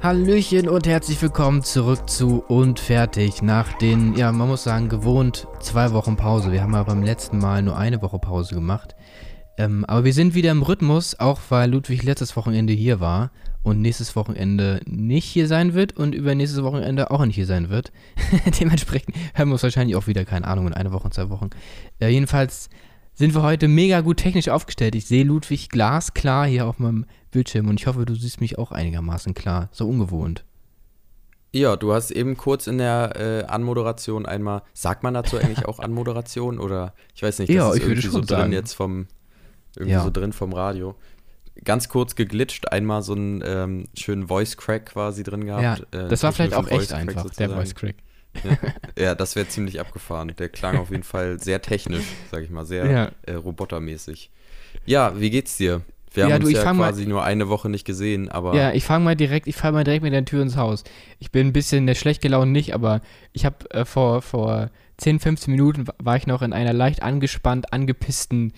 Hallöchen und herzlich willkommen zurück zu Und Fertig nach den, ja, man muss sagen, gewohnt 2 Wochen Pause. Wir haben ja beim letzten Mal nur eine Woche Pause gemacht. Aber wir sind wieder im Rhythmus, auch weil Ludwig letztes Wochenende hier war und nächstes Wochenende nicht hier sein wird und übernächstes Wochenende auch nicht hier sein wird. Dementsprechend hören wir uns wahrscheinlich auch wieder, keine Ahnung, in 1 Woche, 2 Wochen. Jedenfalls sind wir heute mega gut technisch aufgestellt. Ich sehe Ludwig glasklar hier auf meinem Bildschirm und ich hoffe, du siehst mich auch einigermaßen klar. So ungewohnt. Ja, du hast eben kurz in der Anmoderation einmal, sagt man dazu eigentlich auch Anmoderation oder ich weiß nicht, das Ja, ist ich würde irgendwie so schon drin sagen. jetzt Ja. so drin vom Radio. Ganz kurz geglitscht, einmal so einen schönen Voice-Crack quasi drin Ja, gehabt. das war Nicht vielleicht nur auch für echt Voice-Crack einfach, der sozusagen. Voice Crack. Ja, das wäre ziemlich abgefahren. Der klang auf jeden Fall sehr technisch, sag ich mal, sehr Ja. robotermäßig. Ja, wie geht's dir? Wir Ja, haben du, uns ich ja fang mal- quasi nur eine Woche nicht gesehen, aber Ja, ich falle mal direkt mit der Tür ins Haus. Ich bin ein bisschen schlecht gelaunt nicht, aber ich habe vor 10, 15 Minuten war ich noch in einer leicht angespannt, angepissten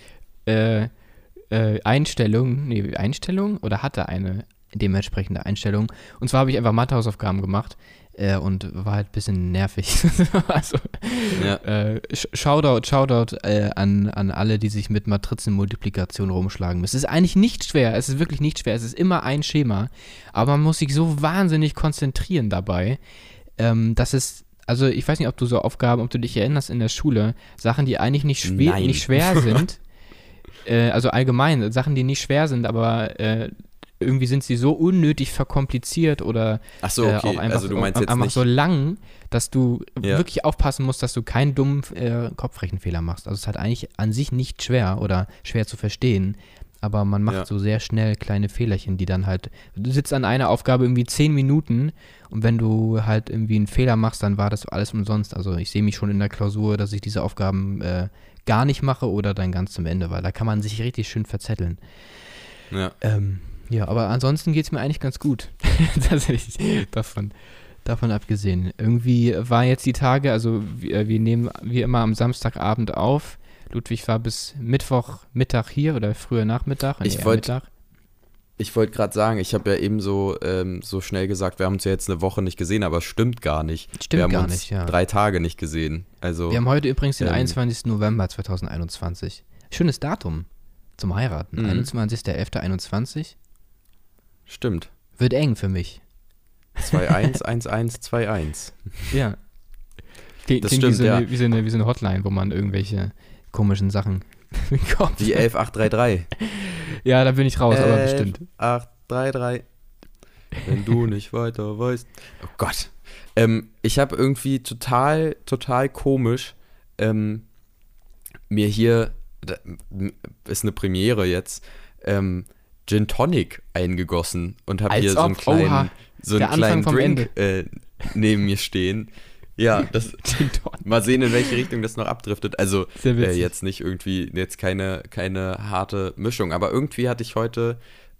Einstellung oder hatte eine dementsprechende Einstellung. Und zwar habe ich einfach Mathehausaufgaben gemacht und war halt ein bisschen nervig. Also, ja. Shoutout an alle, die sich mit Matrizenmultiplikation rumschlagen müssen. Es ist eigentlich nicht schwer, es ist wirklich nicht schwer, es ist immer ein Schema, aber man muss sich so wahnsinnig konzentrieren dabei, dass es, also ich weiß nicht, ob du so Aufgaben, ob du dich erinnerst in der Schule, Sachen, die eigentlich nicht Nein. schwer sind, also allgemein, Sachen, die nicht schwer sind, aber irgendwie sind sie so unnötig verkompliziert oder Ach so, okay, auch einfach, also du meinst jetzt einfach nicht so lang, dass du Ja. wirklich aufpassen musst, dass du keinen dummen Kopfrechenfehler machst. Also es ist halt eigentlich an sich nicht schwer oder schwer zu verstehen, aber man macht Ja. so sehr schnell kleine Fehlerchen, die dann halt, du sitzt an einer Aufgabe irgendwie 10 Minuten und wenn du halt irgendwie einen Fehler machst, dann war das alles umsonst. Also ich sehe mich schon in der Klausur, dass ich diese Aufgaben gar nicht mache oder dann ganz zum Ende, weil da kann man sich richtig schön verzetteln. Ja. Ja, aber ansonsten geht es mir eigentlich ganz gut. Tatsächlich davon abgesehen. Irgendwie war jetzt die Tage, also wir nehmen wie immer am Samstagabend auf. Ludwig war bis Mittwochmittag hier oder früher Nachmittag. Ich eher wollt- Mittag. Ich wollte gerade sagen, ich habe ja eben so schnell gesagt, wir haben uns ja jetzt eine Woche nicht gesehen, aber es stimmt gar nicht. Stimmt wir haben gar uns nicht, ja. 3 Tage nicht gesehen. Also, Wir haben heute übrigens den ähm, 21. November 2021. Schönes Datum zum Heiraten. Mhm. 21.11.21. stimmt. Wird eng für mich. 211121. Ja. Klingt Das wie stimmt, so ja. wie so eine Hotline, wo man irgendwelche komischen Sachen bekommt. Die 11833. Ja, da bin ich raus, aber bestimmt. 11833. Wenn du nicht weiter weißt. Oh Gott. Ich habe irgendwie total komisch mir hier, ist eine Premiere jetzt, Gin Tonic eingegossen und habe Als hier so einen ob, oha, kleinen, der Anfang vom Drink neben mir stehen. Ja, das, Gin Tonic. mal sehen, in welche Richtung das noch abdriftet. Also Sehr witzig. jetzt nicht irgendwie, jetzt keine harte Mischung, aber irgendwie hatte ich heute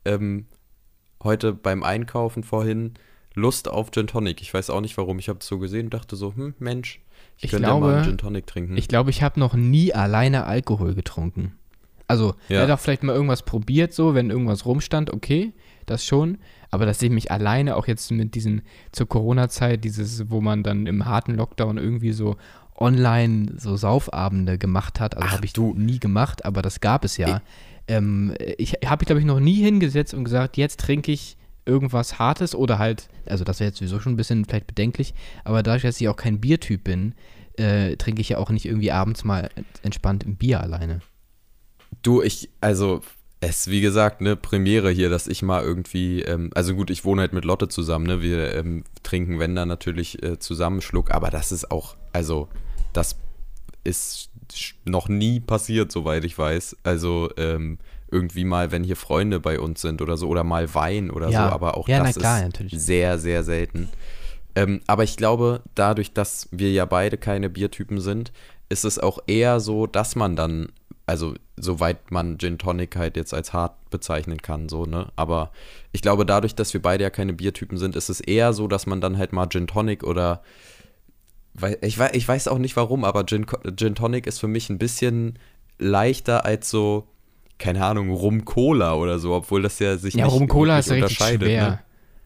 beim Einkaufen vorhin Lust auf Gin Tonic. Ich weiß auch nicht warum, ich habe es so gesehen und dachte so, Mensch, ich könnte ja mal einen Gin Tonic trinken. Ich glaube, ich habe noch nie alleine Alkohol getrunken. Also, Ja. er hat auch vielleicht mal irgendwas probiert, so, wenn irgendwas rumstand, okay, das schon. Aber dass ich mich alleine auch jetzt mit diesen, zur Corona-Zeit, wo man dann im harten Lockdown irgendwie so online so Saufabende gemacht hat, also Ach, habe ich du. nie gemacht, aber das gab es ja. Ich habe mich, glaube ich, noch nie hingesetzt und gesagt, jetzt trinke ich irgendwas Hartes oder halt, also das wäre jetzt sowieso schon ein bisschen vielleicht bedenklich, aber dadurch, dass ich auch kein Biertyp bin, trinke ich ja auch nicht irgendwie abends mal entspannt ein Bier alleine. Du, es wie gesagt, eine Premiere hier, dass ich mal irgendwie, also gut, ich wohne halt mit Lotte zusammen, ne, wir trinken, wenn dann natürlich zusammen einen Schluck, aber das ist auch, also das ist noch nie passiert, soweit ich weiß, also irgendwie mal, wenn hier Freunde bei uns sind oder so, oder mal Wein oder Ja. so, aber auch Ja, das na klar, ist natürlich. sehr, sehr selten. Aber ich glaube, dadurch, dass wir ja beide keine Biertypen sind, ist es auch eher so, dass man dann, also soweit man Gin Tonic halt jetzt als hart bezeichnen kann, so, ne? Aber ich glaube, dadurch, dass wir beide ja keine Biertypen sind, ist es eher so, dass man dann halt mal Gin Tonic oder ich weiß auch nicht warum, aber Gin Tonic ist für mich ein bisschen leichter als so, keine Ahnung, Rum Cola oder so, obwohl das ja sich Ja, nicht Rum Cola wirklich ist ja richtig unterscheidet. schwer. Ne?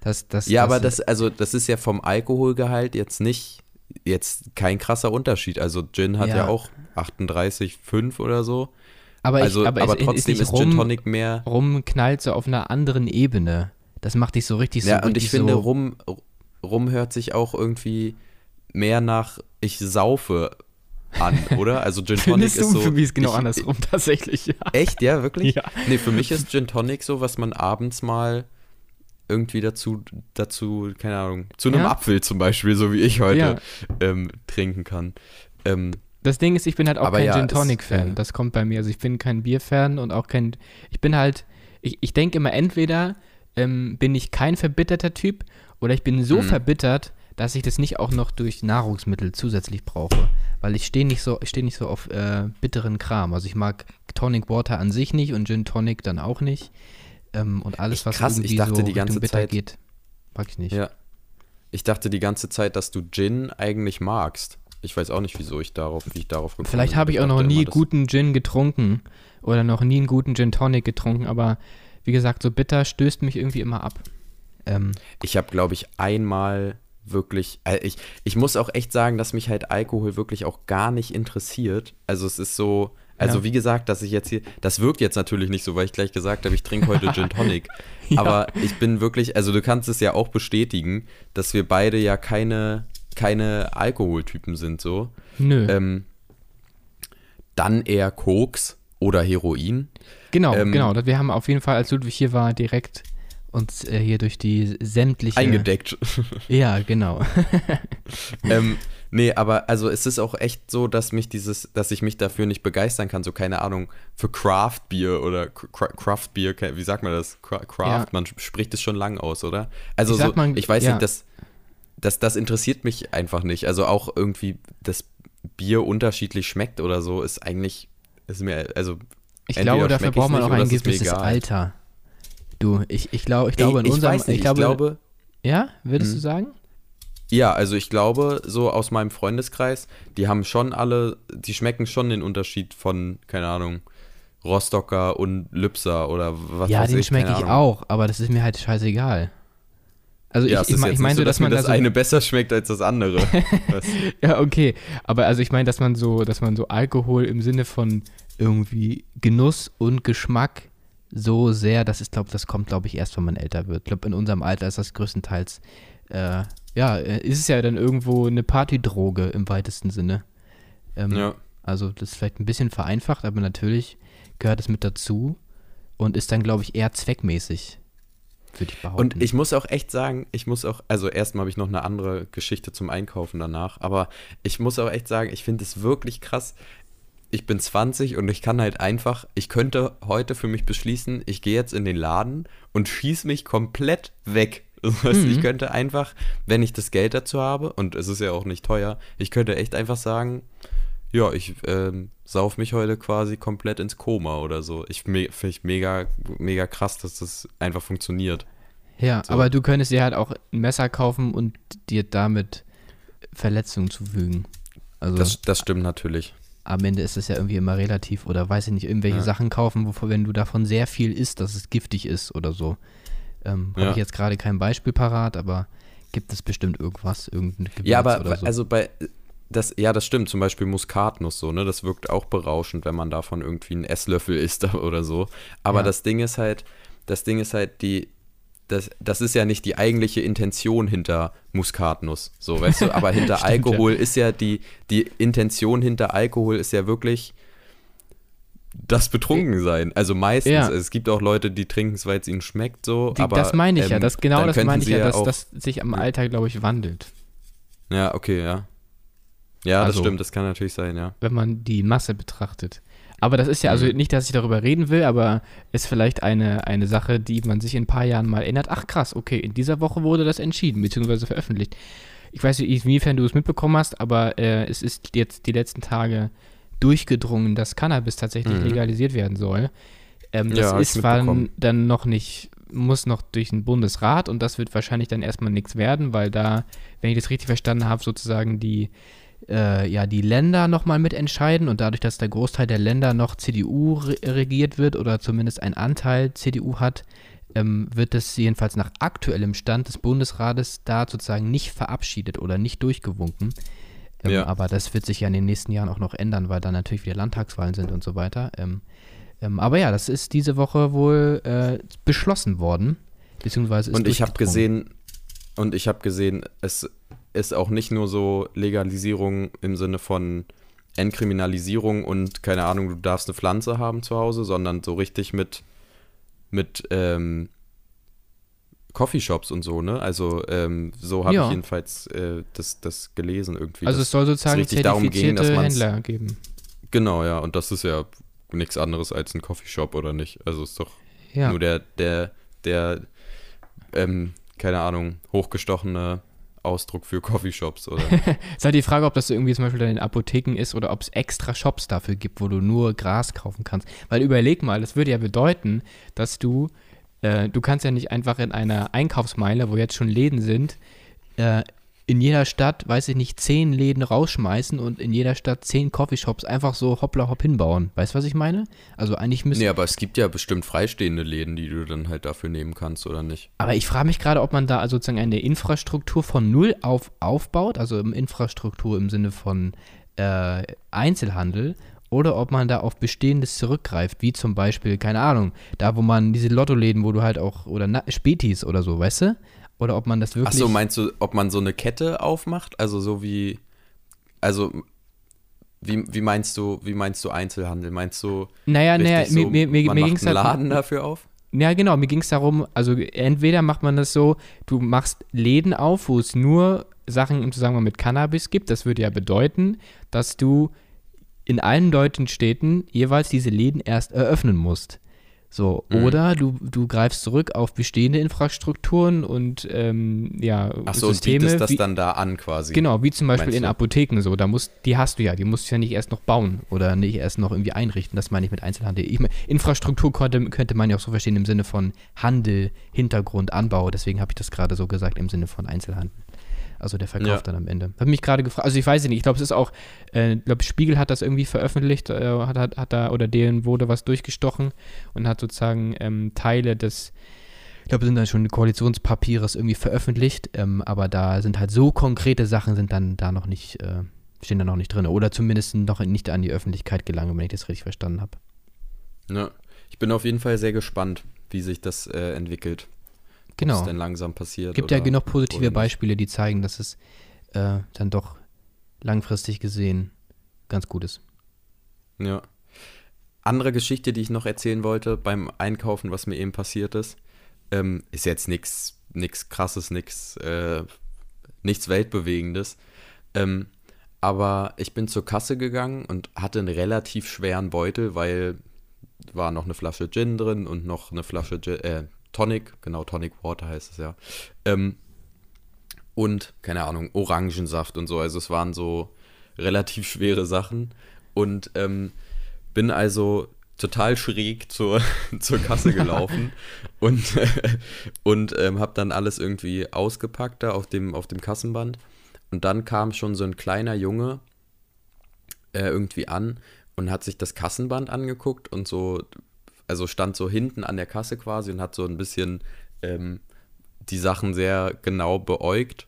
Aber das ist ja vom Alkoholgehalt jetzt kein krasser Unterschied. Also Gin hat ja auch 38,5 oder so. Aber trotzdem ist Gin Tonic mehr. Rum knallt so auf einer anderen Ebene. Das macht dich so richtig so. Ja, und ich finde, Rum hört sich auch irgendwie mehr nach ich saufe an, oder? Also Gin Tonic ist so. Für mich ist genau andersrum tatsächlich, ja. Echt, ja, wirklich? Ja. Nee, für mich ist Gin Tonic so, was man abends mal irgendwie dazu, keine Ahnung, zu einem Apfel zum Beispiel, so wie ich heute, trinken kann. Das Ding ist, ich bin halt auch kein Gin Tonic-Fan. Das kommt bei mir. Also ich bin kein Bier-Fan und auch kein. Ich bin halt. Ich denke immer, entweder bin ich kein verbitterter Typ oder ich bin so verbittert, dass ich das nicht auch noch durch Nahrungsmittel zusätzlich brauche. Weil ich stehe nicht so auf bitteren Kram. Also ich mag Tonic Water an sich nicht und Gin Tonic dann auch nicht. Und alles, was krass, irgendwie ich dachte so die ganze bitter Zeit, geht, mag ich nicht. Ja. Ich dachte die ganze Zeit, dass du Gin eigentlich magst. Ich weiß auch nicht, wie ich darauf gekommen bin. Vielleicht habe ich auch noch nie guten Gin getrunken oder noch nie einen guten Gin Tonic getrunken, aber wie gesagt, so bitter stößt mich irgendwie immer ab. Ich habe, glaube ich, einmal wirklich, ich muss auch echt sagen, dass mich halt Alkohol wirklich auch gar nicht interessiert. Also es ist so, wie gesagt, dass ich jetzt hier, das wirkt jetzt natürlich nicht so, weil ich gleich gesagt habe, ich trinke heute Gin Tonic. Ja. Aber ich bin wirklich, also du kannst es ja auch bestätigen, dass wir beide ja keine Alkoholtypen sind, so. Nö. Dann eher Koks oder Heroin. Genau. Wir haben auf jeden Fall, als Ludwig hier war, direkt uns hier durch die sämtliche... Eingedeckt. Ja, genau. Nee, aber also es ist auch echt so, dass ich mich dafür nicht begeistern kann, so keine Ahnung, für Craft Beer oder Craft Beer, wie sagt man das? Craft, man spricht es schon lang aus, oder? Also ich weiß nicht, das interessiert mich einfach nicht. Also auch irgendwie, dass Bier unterschiedlich schmeckt oder so, ist mir, also ich glaube, dafür braucht man auch ein gewisses Alter. Du, ich glaube in unserem... Ich glaube... Ja, würdest du sagen? Ja, also ich glaube, so aus meinem Freundeskreis, die schmecken schon den Unterschied von, keine Ahnung, Rostocker und Lübser oder was weiß ich. Ja, den schmecke ich auch, aber das ist mir halt scheißegal. Also ja, ich meine so, dass man das eine besser schmeckt als das andere. Ja, okay. Aber also ich meine, dass man so Alkohol im Sinne von irgendwie Genuss und Geschmack so sehr, das kommt, glaube ich, erst, wenn man älter wird. Ich glaube, in unserem Alter ist das größtenteils, ist es ja dann irgendwo eine Partydroge im weitesten Sinne. Also das ist vielleicht ein bisschen vereinfacht, aber natürlich gehört es mit dazu und ist dann, glaube ich, eher zweckmäßig, würde ich behaupten. Und ich muss auch echt sagen, also erstmal habe ich noch eine andere Geschichte zum Einkaufen danach, aber ich muss auch echt sagen, ich finde es wirklich krass. Ich bin 20 und ich könnte heute für mich beschließen, ich gehe jetzt in den Laden und schieße mich komplett weg. Das heißt, ich könnte einfach, wenn ich das Geld dazu habe, und es ist ja auch nicht teuer, ich könnte echt einfach sagen, ja, ich sauf mich heute quasi komplett ins Koma oder so. Finde ich mega, mega krass, dass das einfach funktioniert. Ja, so. Aber du könntest dir halt auch ein Messer kaufen und dir damit Verletzungen zufügen. Also das stimmt natürlich. Am Ende ist es ja irgendwie immer relativ oder weiß ich nicht, irgendwelche Sachen kaufen, wenn du davon sehr viel isst, dass es giftig ist oder so. Habe ich jetzt gerade kein Beispiel parat, aber gibt es bestimmt irgendein Gewürz ja, aber oder so. Also das stimmt, zum Beispiel Muskatnuss so, ne, das wirkt auch berauschend, wenn man davon irgendwie einen Esslöffel isst oder so. Aber das Ding ist halt, das ist ja nicht die eigentliche Intention hinter Muskatnuss, so, weißt du, aber hinter Stimmt, Alkohol ist ja die Intention hinter Alkohol ist ja wirklich das Betrunkensein. Also meistens, also es gibt auch Leute, die trinken es, weil es ihnen schmeckt, so, aber das meine ich das meine ich ja, dass auch, das sich am Alter, glaube ich, wandelt. Ja, okay, ja. Ja, Also, das stimmt, das kann natürlich sein, ja. Wenn man die Masse betrachtet. Aber das ist ja, also nicht, dass ich darüber reden will, aber ist vielleicht eine Sache, die man sich in ein paar Jahren mal erinnert. Ach krass, okay, in dieser Woche wurde das entschieden, beziehungsweise veröffentlicht. Ich weiß nicht, inwiefern du es mitbekommen hast, aber es ist jetzt die letzten Tage durchgedrungen, dass Cannabis tatsächlich legalisiert werden soll. Das ist zwar dann noch nicht, muss noch durch den Bundesrat und das wird wahrscheinlich dann erstmal nichts werden, weil da, wenn ich das richtig verstanden habe, sozusagen die Länder nochmal mitentscheiden und dadurch, dass der Großteil der Länder noch CDU regiert wird oder zumindest ein Anteil CDU hat, wird es jedenfalls nach aktuellem Stand des Bundesrates da sozusagen nicht verabschiedet oder nicht durchgewunken. Aber das wird sich ja in den nächsten Jahren auch noch ändern, weil dann natürlich wieder Landtagswahlen sind und so weiter. Aber ja, das ist diese Woche wohl beschlossen worden, beziehungsweise ist durchgedrungen. Und ich habe gesehen, es ist auch nicht nur so Legalisierung im Sinne von Entkriminalisierung und keine Ahnung, du darfst eine Pflanze haben zu Hause, sondern so richtig mit Coffeeshops und so, ne? Also so habe ich jedenfalls das gelesen irgendwie. Also es soll sozusagen zertifizierte Händler geben. Genau, ja. Und das ist ja nichts anderes als ein Coffeeshop, oder nicht? Also ist doch nur der keine Ahnung, hochgestochene Ausdruck für Coffeeshops, oder? Ist halt die Frage, ob das irgendwie zum Beispiel dann in Apotheken ist oder ob es extra Shops dafür gibt, wo du nur Gras kaufen kannst. Weil überleg mal, das würde ja bedeuten, dass du kannst ja nicht einfach in einer Einkaufsmeile, wo jetzt schon Läden sind, in jeder Stadt, weiß ich nicht, 10 Läden rausschmeißen und in jeder Stadt 10 Coffeeshops einfach so hoppla hopp hinbauen. Weißt du, was ich meine? Also eigentlich müssen... Nee, aber es gibt ja bestimmt freistehende Läden, die du dann halt dafür nehmen kannst, oder nicht? Aber ich frage mich gerade, ob man da also sozusagen eine Infrastruktur von null auf aufbaut, also Infrastruktur im Sinne von Einzelhandel, oder ob man da auf Bestehendes zurückgreift, wie zum Beispiel, keine Ahnung, da wo man diese Lottoläden, wo du halt auch, oder Spätis oder so, weißt du? Oder ob man das wirklich... Achso, meinst du, ob man so eine Kette aufmacht? Also so wie, wie meinst du Einzelhandel? Meinst du, mir man ging macht es einen Laden dafür auf? Ja, genau, mir ging es darum, also entweder macht man das so, du machst Läden auf, wo es nur Sachen im Zusammenhang mit Cannabis gibt. Das würde ja bedeuten, dass du in allen deutschen Städten jeweils diese Läden erst eröffnen musst. So, oder du greifst zurück auf bestehende Infrastrukturen und Systeme. Und bietest das dann da an quasi. Genau, wie zum Beispiel in Apotheken so. Die hast du ja, die musst du ja nicht erst noch bauen oder nicht erst noch irgendwie einrichten. Das meine ich mit Einzelhandel. Infrastruktur könnte man ja auch so verstehen im Sinne von Handel, Hintergrund, Anbau. Deswegen habe ich das gerade so gesagt im Sinne von Einzelhandel. Also der Verkauf dann am Ende. Habe mich gerade gefragt, also ich weiß nicht, ich glaube, es ist auch, Spiegel hat das irgendwie veröffentlicht, hat da, oder denen wurde was durchgestochen und hat sozusagen Teile des, ich glaube, sind dann schon Koalitionspapiers irgendwie veröffentlicht, aber da sind halt so konkrete Sachen sind dann da noch nicht, stehen da noch nicht drin oder zumindest noch nicht an die Öffentlichkeit gelangen, wenn ich das richtig verstanden habe. Ja, ich bin auf jeden Fall sehr gespannt, wie sich das entwickelt. Genau. Was denn langsam passiert. Es gibt ja genug positive Beispiele, die zeigen, dass es dann doch langfristig gesehen ganz gut ist. Ja. Andere Geschichte, die ich noch erzählen wollte beim Einkaufen, was mir eben passiert ist jetzt nichts Krasses, nichts Weltbewegendes. Aber ich bin zur Kasse gegangen und hatte einen relativ schweren Beutel, weil war noch eine Flasche Gin drin und noch eine Flasche Tonic, genau, Tonic Water heißt es ja. Und, keine Ahnung, Orangensaft und so. Also es waren so relativ schwere Sachen. Und bin also total schräg zur Kasse gelaufen und habe dann alles irgendwie ausgepackt da auf dem Kassenband. Und dann kam schon so ein kleiner Junge irgendwie an und hat sich das Kassenband angeguckt und so, also stand so hinten an der Kasse quasi und hat so ein bisschen die Sachen sehr genau beäugt.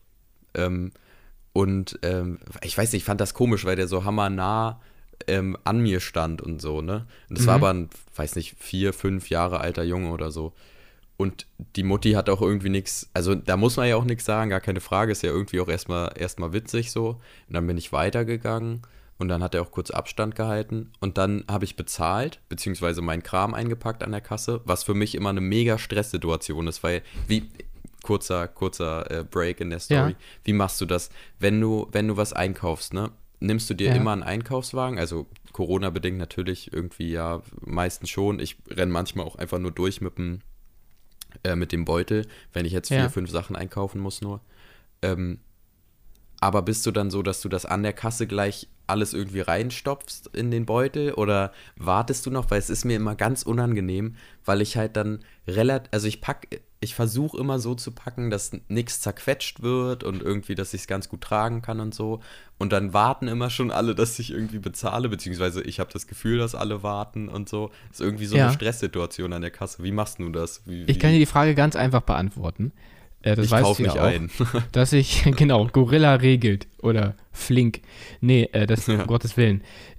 Ich weiß nicht, ich fand das komisch, weil der so hammernah an mir stand und so, ne? Und das war aber ein, weiß nicht, 4, 5 Jahre alter Junge oder so. Und die Mutti hat auch irgendwie nichts, also da muss man ja auch nichts sagen, gar keine Frage, ist ja irgendwie auch erstmal witzig so. Und dann bin ich weitergegangen und dann hat er auch kurz Abstand gehalten und dann habe ich bezahlt, beziehungsweise meinen Kram eingepackt an der Kasse, was für mich immer eine mega Stresssituation ist, weil, kurzer Break in der Story, Ja. Wie machst du das, wenn du was einkaufst, ne? Nimmst du dir immer einen Einkaufswagen, also Corona-bedingt natürlich irgendwie ja meistens schon, ich renne manchmal auch einfach nur durch mit dem Beutel, wenn ich jetzt 4, 5 Sachen einkaufen muss nur. Aber bist du dann so, dass du das an der Kasse gleich alles irgendwie reinstopfst in den Beutel oder wartest du noch? Weil es ist mir immer ganz unangenehm, weil ich halt dann also ich versuche immer so zu packen, dass nichts zerquetscht wird und irgendwie, dass ich es ganz gut tragen kann und so. Und dann warten immer schon alle, dass ich irgendwie bezahle, beziehungsweise ich habe das Gefühl, dass alle warten und so. Das ist irgendwie so eine Stresssituation an der Kasse. Wie machst du das? Ich kann dir die Frage ganz einfach beantworten. Das ich kaufe mich auch, ein. Dass ich, genau, Gorilla regelt oder Flink. Nee, um Gottes Willen.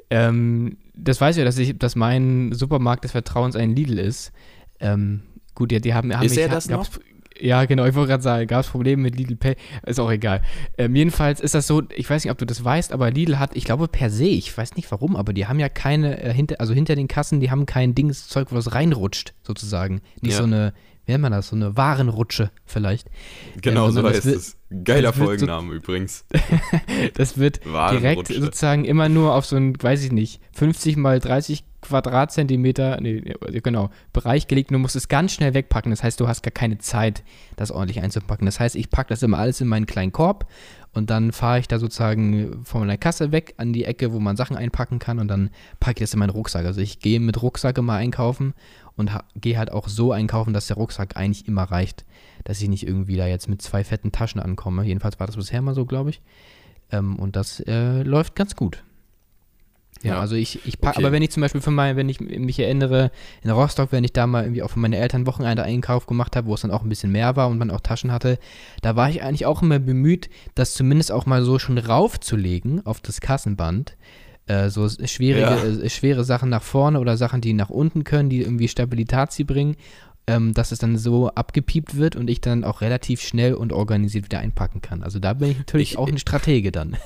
Das weiß ich, dass mein Supermarkt des Vertrauens ein Lidl ist. Gut, die haben ist er das noch? Ja, genau, ich wollte gerade sagen, gab es Probleme mit Lidl Pay, ist auch egal. Jedenfalls ist das so, ich weiß nicht, ob du das weißt, aber Lidl hat, ich glaube per se, ich weiß nicht warum, aber die haben ja keine, hinter den Kassen, die haben kein Zeug, wo das reinrutscht, sozusagen. Nicht so eine, wie nennt man das, so eine Warenrutsche vielleicht. Genau, so heißt es. Geiler Folgenname übrigens. Das wird direkt sozusagen immer nur auf so einen, weiß ich nicht, 50 mal 30 Quadratzentimeter, Bereich gelegt und du musst es ganz schnell wegpacken. Das heißt, du hast gar keine Zeit, das ordentlich einzupacken. Das heißt, ich packe das immer alles in meinen kleinen Korb und dann fahre ich da sozusagen von meiner Kasse weg an die Ecke, wo man Sachen einpacken kann und dann packe ich das in meinen Rucksack. Also ich gehe mit Rucksack immer einkaufen und gehe halt auch so einkaufen, dass der Rucksack eigentlich immer reicht, dass ich nicht irgendwie da jetzt mit 2 fetten Taschen ankomme. Jedenfalls war das bisher mal so, glaube ich. Und das läuft ganz gut. Ja, also ich packe, aber wenn ich zum Beispiel wenn ich mich erinnere, in Rostock, wenn ich da mal irgendwie auch für meine Eltern Wochenende-Einkauf gemacht habe, wo es dann auch ein bisschen mehr war und man auch Taschen hatte, da war ich eigentlich auch immer bemüht, das zumindest auch mal so schon raufzulegen auf das Kassenband. So schwere Sachen nach vorne oder Sachen, die nach unten können, die irgendwie Stabilität bringen, dass es dann so abgepiept wird und ich dann auch relativ schnell und organisiert wieder einpacken kann. Also da bin ich natürlich auch ein Stratege dann.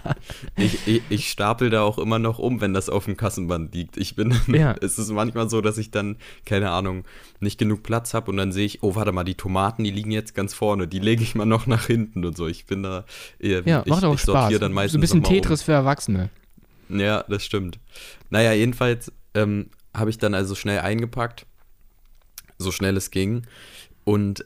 Ich stapel da auch immer noch um, wenn das auf dem Kassenband liegt. Es ist manchmal so, dass ich dann, keine Ahnung, nicht genug Platz habe und dann sehe ich, oh, warte mal, die Tomaten, die liegen jetzt ganz vorne, die lege ich mal noch nach hinten und so. Ich bin da eher, macht auch Spaß. Dann meistens so ein bisschen Tetris für Erwachsene. Ja, das stimmt. Naja, jedenfalls habe ich dann also schnell eingepackt, so schnell es ging. Und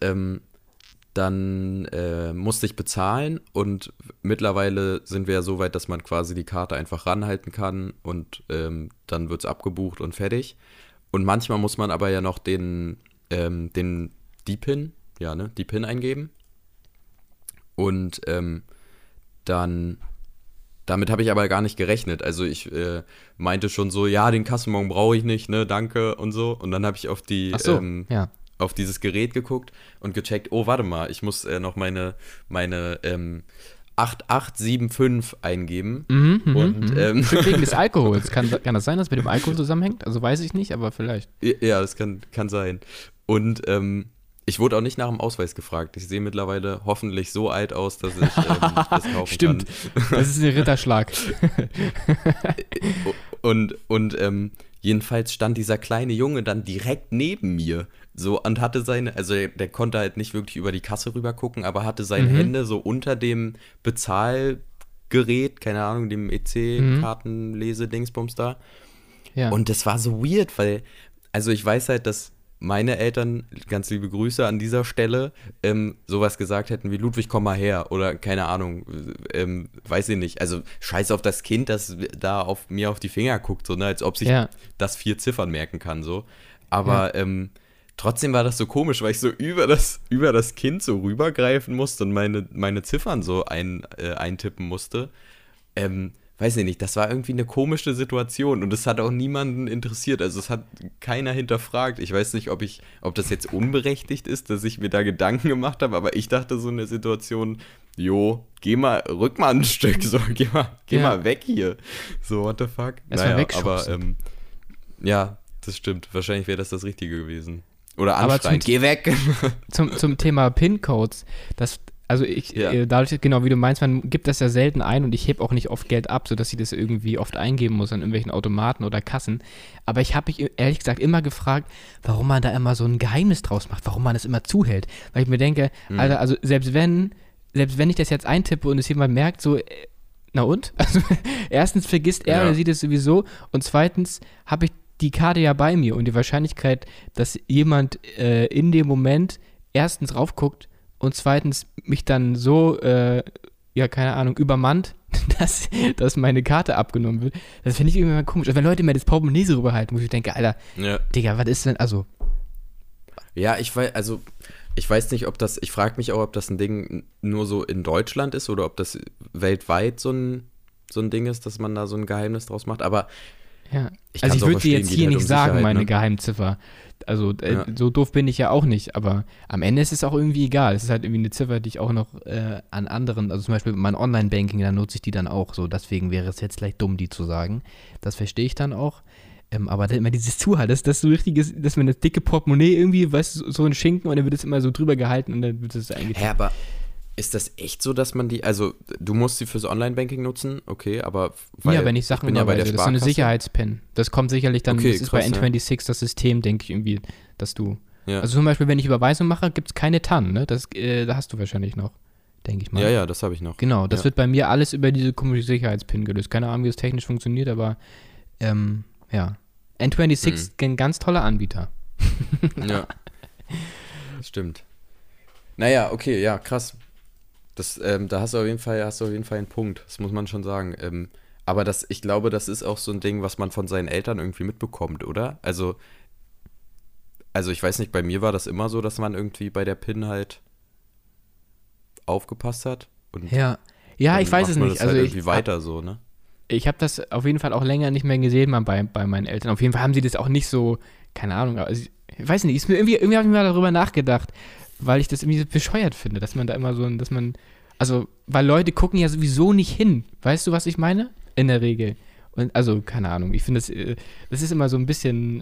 dann musste ich bezahlen und mittlerweile sind wir ja so weit, dass man quasi die Karte einfach ranhalten kann und dann wird es abgebucht und fertig. Und manchmal muss man aber ja noch die PIN eingeben. Und damit habe ich aber gar nicht gerechnet. Also ich meinte schon so, ja, den Kassenbon brauche ich nicht, ne, danke und so. Und dann habe ich auf auf dieses Gerät geguckt und gecheckt, oh, warte mal, ich muss noch meine 8875 eingeben. Wegen des Alkohols. Kann das sein, dass es mit dem Alkohol zusammenhängt? Also weiß ich nicht, aber vielleicht. Ja, das kann sein. Und ich wurde auch nicht nach dem Ausweis gefragt. Ich sehe mittlerweile hoffentlich so alt aus, dass ich das kaufen Stimmt. kann. Das ist ein Ritterschlag. und jedenfalls stand dieser kleine Junge dann direkt neben mir. So, und hatte der konnte halt nicht wirklich über die Kasse rüber gucken, aber hatte seine Hände so unter dem Bezahlgerät, keine Ahnung, dem EC-Kartenlese-Dingsbums da. Ja. Und das war so weird, weil, also ich weiß halt, dass meine Eltern, ganz liebe Grüße an dieser Stelle, sowas gesagt hätten wie Ludwig, komm mal her oder keine Ahnung, weiß ich nicht. Also scheiß auf das Kind, das da auf mir auf die Finger guckt, so, ne, als ob sich das 4 Ziffern merken kann, so. Aber trotzdem war das so komisch, weil ich so über das Kind so rübergreifen musste und meine Ziffern so eintippen musste. Weiß ich nicht, das war irgendwie eine komische Situation und es hat auch niemanden interessiert, also es hat keiner hinterfragt. Ich weiß nicht, ob das jetzt unberechtigt ist, dass ich mir da Gedanken gemacht habe, aber ich dachte so in der Situation, rück mal ein Stück, so, geh mal weg hier. So, what the fuck? Aber ja, das stimmt, wahrscheinlich wäre das Richtige gewesen. Oder anschreien, geh weg! Zum Thema PIN-Codes, dadurch, genau wie du meinst, man gibt das ja selten ein und ich hebe auch nicht oft Geld ab, sodass ich das irgendwie oft eingeben muss an irgendwelchen Automaten oder Kassen. Aber ich habe mich ehrlich gesagt immer gefragt, warum man da immer so ein Geheimnis draus macht, warum man das immer zuhält. Weil ich mir denke, Alter, also selbst wenn ich das jetzt eintippe und es jemand merkt, so, na und? Also erstens vergisst er oder sieht es sowieso und zweitens habe ich die Karte ja bei mir und die Wahrscheinlichkeit, dass jemand in dem Moment erstens raufguckt und zweitens mich dann so ja, keine Ahnung, übermannt, dass meine Karte abgenommen wird. Das finde ich irgendwie mal komisch. Also wenn Leute mir das Portemonnaie so rüberhalten, muss ich denken, Alter, Digga, was ist denn, also. Ja, ich weiß nicht, ich frage mich auch, ob das ein Ding nur so in Deutschland ist oder ob das weltweit so ein Ding ist, dass man da so ein Geheimnis draus macht, aber ja. Ich würde dir jetzt hier nicht sagen, meine Geheimziffer. Also so doof bin ich ja auch nicht, aber am Ende ist es auch irgendwie egal. Es ist halt irgendwie eine Ziffer, die ich auch noch an anderen, also zum Beispiel mein Online-Banking, da nutze ich die dann auch so. Deswegen wäre es jetzt vielleicht dumm, die zu sagen. Das verstehe ich dann auch. Aber dann immer dieses Zuhalt, das so richtig ist, dass man das dicke Portemonnaie irgendwie, weißt du, so ein Schinken und dann wird es immer so drüber gehalten und dann wird es eigentlich. Ja, aber ist das echt so, dass man also du musst sie fürs Online-Banking nutzen, okay, aber ja, wenn ich Sachen überweise, das ist so eine Sicherheitspin. Das kommt sicherlich dann, okay, das ist krass, bei N26 das System, denke ich irgendwie, dass du, also zum Beispiel, wenn ich Überweisung mache, gibt es keine TAN, ne, da hast du wahrscheinlich noch, denke ich mal. Ja, das habe ich noch. Genau, das wird bei mir alles über diese komische Sicherheitspin gelöst. Keine Ahnung, wie das technisch funktioniert, aber, ja. N26 ein ganz toller Anbieter. Ja, das stimmt. Naja, okay, ja, krass. Da hast du auf jeden Fall einen Punkt, das muss man schon sagen. Aber ich glaube, das ist auch so ein Ding, was man von seinen Eltern irgendwie mitbekommt, oder? Also ich weiß nicht, bei mir war das immer so, dass man irgendwie bei der PIN halt aufgepasst hat. Und ja, ich weiß es nicht. Also halt irgendwie weiter so, ne? Ich habe das auf jeden Fall auch länger nicht mehr gesehen bei meinen Eltern. Auf jeden Fall haben sie das auch nicht so, keine Ahnung, also ich weiß nicht, irgendwie habe ich mal darüber nachgedacht, weil ich das irgendwie so bescheuert finde, dass man da immer so, also, weil Leute gucken ja sowieso nicht hin. Weißt du, was ich meine? In der Regel. Und also, keine Ahnung, ich finde, das ist immer so ein bisschen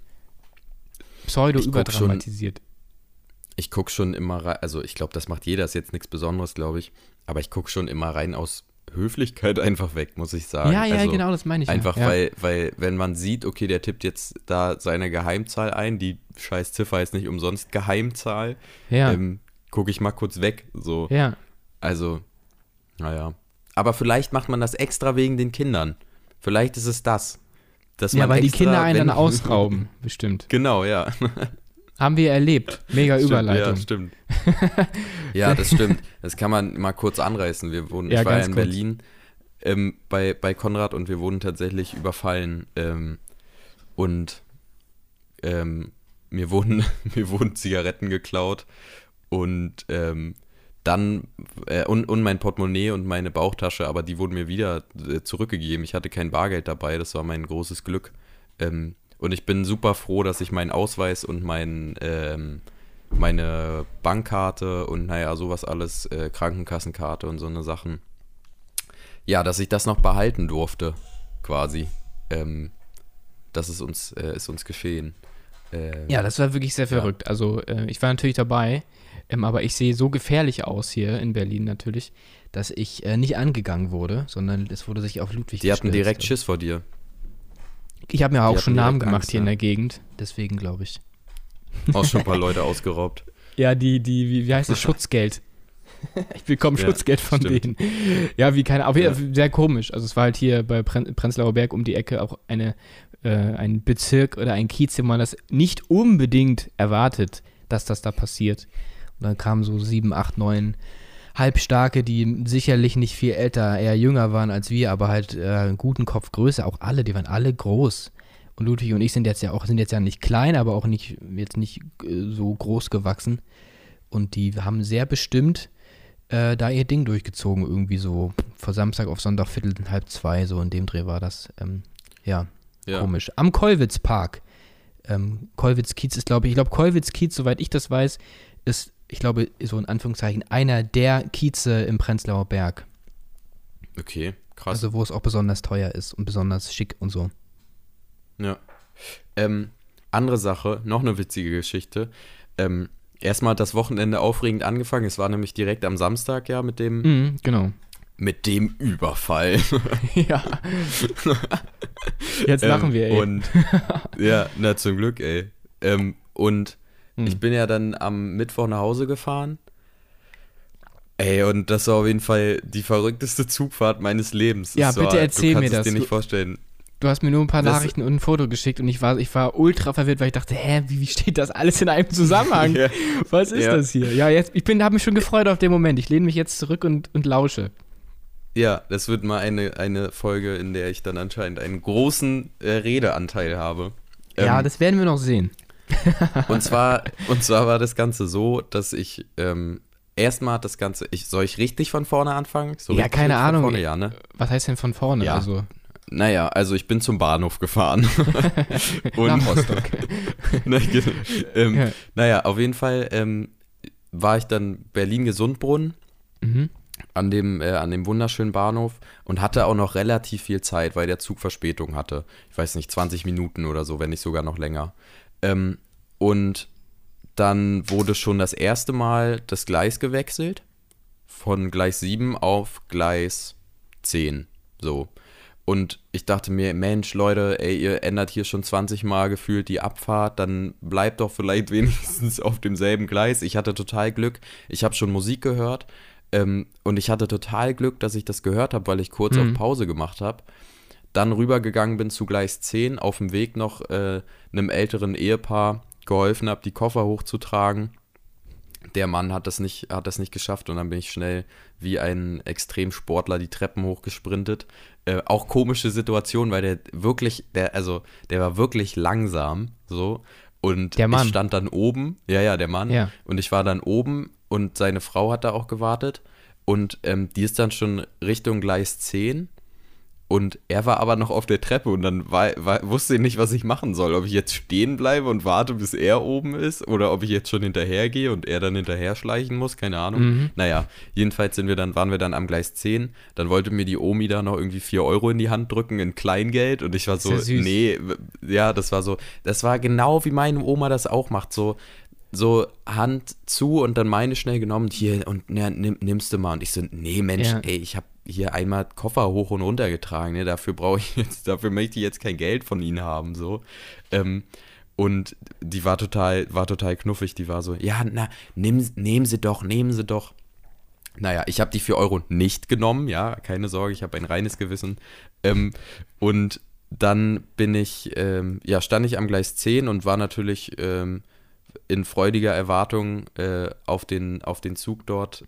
pseudo-überdramatisiert. Ich gucke schon immer rein, also ich glaube, das macht jeder, ist jetzt nichts Besonderes, glaube ich, aber ich gucke schon immer rein aus Höflichkeit einfach weg, muss ich sagen. Ja, also genau, das meine ich. Einfach, ja. weil wenn man sieht, okay, der tippt jetzt da seine Geheimzahl ein, die scheiß Ziffer ist nicht umsonst Geheimzahl, gucke ich mal kurz weg, so. Ja. Also, naja. Aber vielleicht macht man das extra wegen den Kindern. Vielleicht ist es das. Dass man weil extra, die Kinder einen dann ausrauben, bestimmt. Genau, ja. Haben wir erlebt. Mega stimmt, Überleitung. Ja, stimmt. Ja, das stimmt. Das kann man mal kurz anreißen. Ich war ja in Berlin bei Konrad und wir wurden tatsächlich überfallen. Und mir wurden Zigaretten geklaut und dann und mein Portemonnaie und meine Bauchtasche, aber die wurden mir wieder zurückgegeben. Ich hatte kein Bargeld dabei, das war mein großes Glück. Und ich bin super froh, dass ich meinen Ausweis und meine Bankkarte und naja, sowas alles, Krankenkassenkarte und so eine Sachen, ja, dass ich das noch behalten durfte, quasi. Das ist uns geschehen. Ja, das war wirklich sehr verrückt. Also ich war natürlich dabei, aber ich sehe so gefährlich aus hier in Berlin natürlich, dass ich nicht angegangen wurde, sondern es wurde sich auf Ludwig Die hatten direkt Schiss vor dir. Ich habe mir auch schon Namen gemacht Angst, hier in der Gegend, deswegen glaube ich. Auch schon ein paar Leute ausgeraubt. Ja, wie heißt das? Schutzgeld. Ich bekomme Schutzgeld von denen. Ja, sehr komisch. Also es war halt hier bei Prenzlauer Berg um die Ecke auch ein Bezirk oder ein Kiez, wo man das nicht unbedingt erwartet, dass das da passiert. Und dann kamen so 7, 8, 9 Halbstarke, die sicherlich nicht viel älter, eher jünger waren als wir, aber halt einen guten Kopf größer. Auch alle, die waren alle groß. Und Ludwig und ich sind jetzt ja nicht klein, aber auch nicht so groß gewachsen. Und die haben sehr bestimmt da ihr Ding durchgezogen, irgendwie so von Samstag auf Sonntag 1:45, so in dem Dreh war das. Ja, komisch. Am Kollwitz-Park. Kollwitz-Kiez ist, glaube ich, Kollwitz-Kiez, soweit ich das weiß, ist, ich glaube, so in Anführungszeichen, einer der Kieze im Prenzlauer Berg. Okay, krass. Also wo es auch besonders teuer ist und besonders schick und so. Ja. Andere Sache, noch eine witzige Geschichte. Erstmal hat das Wochenende aufregend angefangen. Es war nämlich direkt am Samstag, ja, mit dem genau. Mit dem Überfall. Ja. Jetzt lachen wir, ey. Und, ja, na zum Glück, ey. Und ich bin ja dann am Mittwoch nach Hause gefahren. Ey, und das war auf jeden Fall die verrückteste Zugfahrt meines Lebens. Ja, bitte erzähl mir das. Du kannst es dir nicht vorstellen. Du hast mir nur ein paar Nachrichten und ein Foto geschickt und ich war ultra verwirrt, weil ich dachte, wie steht das alles in einem Zusammenhang? Ja. Was ist das hier? Ja, jetzt, habe mich schon gefreut auf den Moment. Ich lehne mich jetzt zurück und lausche. Ja, das wird mal eine Folge, in der ich dann anscheinend einen großen Redeanteil habe. Ja, das werden wir noch sehen. Und zwar war das Ganze so, dass ich erstmal das Ganze, soll ich richtig von vorne anfangen? So ja, keine Ahnung. Vorne, ja, ne? Was heißt denn von vorne? Ja. Also Naja, also ich bin zum Bahnhof gefahren. Nach Rostock. Naja, auf jeden Fall war ich dann Berlin-Gesundbrunnen an dem wunderschönen Bahnhof und hatte auch noch relativ viel Zeit, weil der Zug Verspätung hatte. Ich weiß nicht, 20 Minuten oder so, wenn nicht sogar noch länger. Und dann wurde schon das erste Mal das Gleis gewechselt. Von Gleis 7 auf Gleis 10. So. Und ich dachte mir, Mensch, Leute, ihr ändert hier schon 20 Mal gefühlt die Abfahrt, dann bleibt doch vielleicht wenigstens auf demselben Gleis. Ich hatte total Glück, ich habe schon Musik gehört und ich hatte total Glück, dass ich das gehört habe, weil ich kurz auf Pause gemacht habe. Dann rübergegangen bin zu Gleis 10, auf dem Weg noch einem älteren Ehepaar geholfen habe, die Koffer hochzutragen. Der Mann hat das nicht geschafft und dann bin ich schnell wie ein Extremsportler die Treppen hochgesprintet. Auch komische Situation, weil der war wirklich langsam, so. Und der Mann. Ich stand dann oben, ja, der Mann. Ja. Und ich war dann oben und seine Frau hat da auch gewartet. Und die ist dann schon Richtung Gleis 10. Und er war aber noch auf der Treppe und dann wusste ich nicht, was ich machen soll. Ob ich jetzt stehen bleibe und warte, bis er oben ist oder ob ich jetzt schon hinterhergehe und er dann hinterher schleichen muss, keine Ahnung. Naja, jedenfalls waren wir dann am Gleis 10. Dann wollte mir die Omi da noch irgendwie 4 Euro in die Hand drücken in Kleingeld und ich war so, nee, ja, das war genau wie meine Oma das auch macht, so Hand zu und dann meine schnell genommen, hier und nimmst du mal. Und ich so, nee, Mensch, ich habe hier einmal Koffer hoch und runter getragen, ne? Dafür möchte ich jetzt kein Geld von ihnen haben, so. Und die war total knuffig, die war so, ja, na, nehmen Sie doch. Naja, ich habe die 4 Euro nicht genommen, ja, keine Sorge, ich habe ein reines Gewissen. Und dann stand ich am Gleis 10 und war natürlich in freudiger Erwartung auf den Zug dort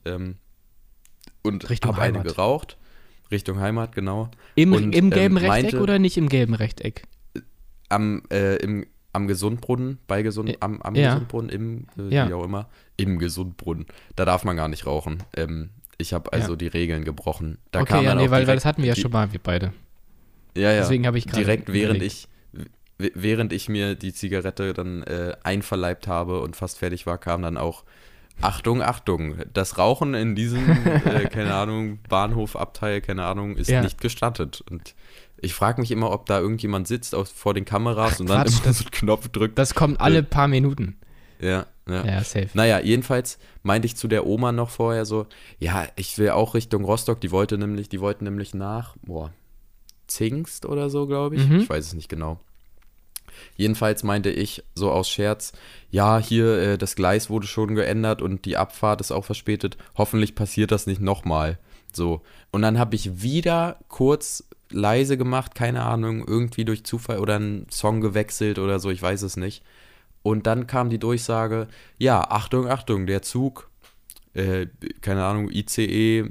und habe eine geraucht. Richtung Heimat, genau. Im gelben Rechteck oder nicht im gelben Rechteck? Am Gesundbrunnen, am Gesundbrunnen, wie auch immer, im Gesundbrunnen. Da darf man gar nicht rauchen. Ich habe also die Regeln gebrochen. Da kam dann weil das hatten wir ja schon mal, wir beide. Ja. Deswegen habe ich gerade direkt während ich mir die Zigarette dann einverleibt habe und fast fertig war, kam dann auch Achtung, das Rauchen in diesem, keine Ahnung, Bahnhofabteil, keine Ahnung, ist nicht gestattet. Und ich frage mich immer, ob da irgendjemand sitzt vor den Kameras und dann immer so einen Knopf drückt. Das kommt alle paar Minuten. Ja, safe. Naja, jedenfalls meinte ich zu der Oma noch vorher so, ja, ich will auch Richtung Rostock, die wollten nämlich nach, Zingst oder so, glaube ich. Ich weiß es nicht genau. Jedenfalls meinte ich so aus Scherz, ja, hier, das Gleis wurde schon geändert und die Abfahrt ist auch verspätet. Hoffentlich passiert das nicht nochmal. So. Und dann habe ich wieder kurz leise gemacht, keine Ahnung, irgendwie durch Zufall oder einen Song gewechselt oder so, ich weiß es nicht. Und dann kam die Durchsage, ja, Achtung, der Zug, keine Ahnung, ICE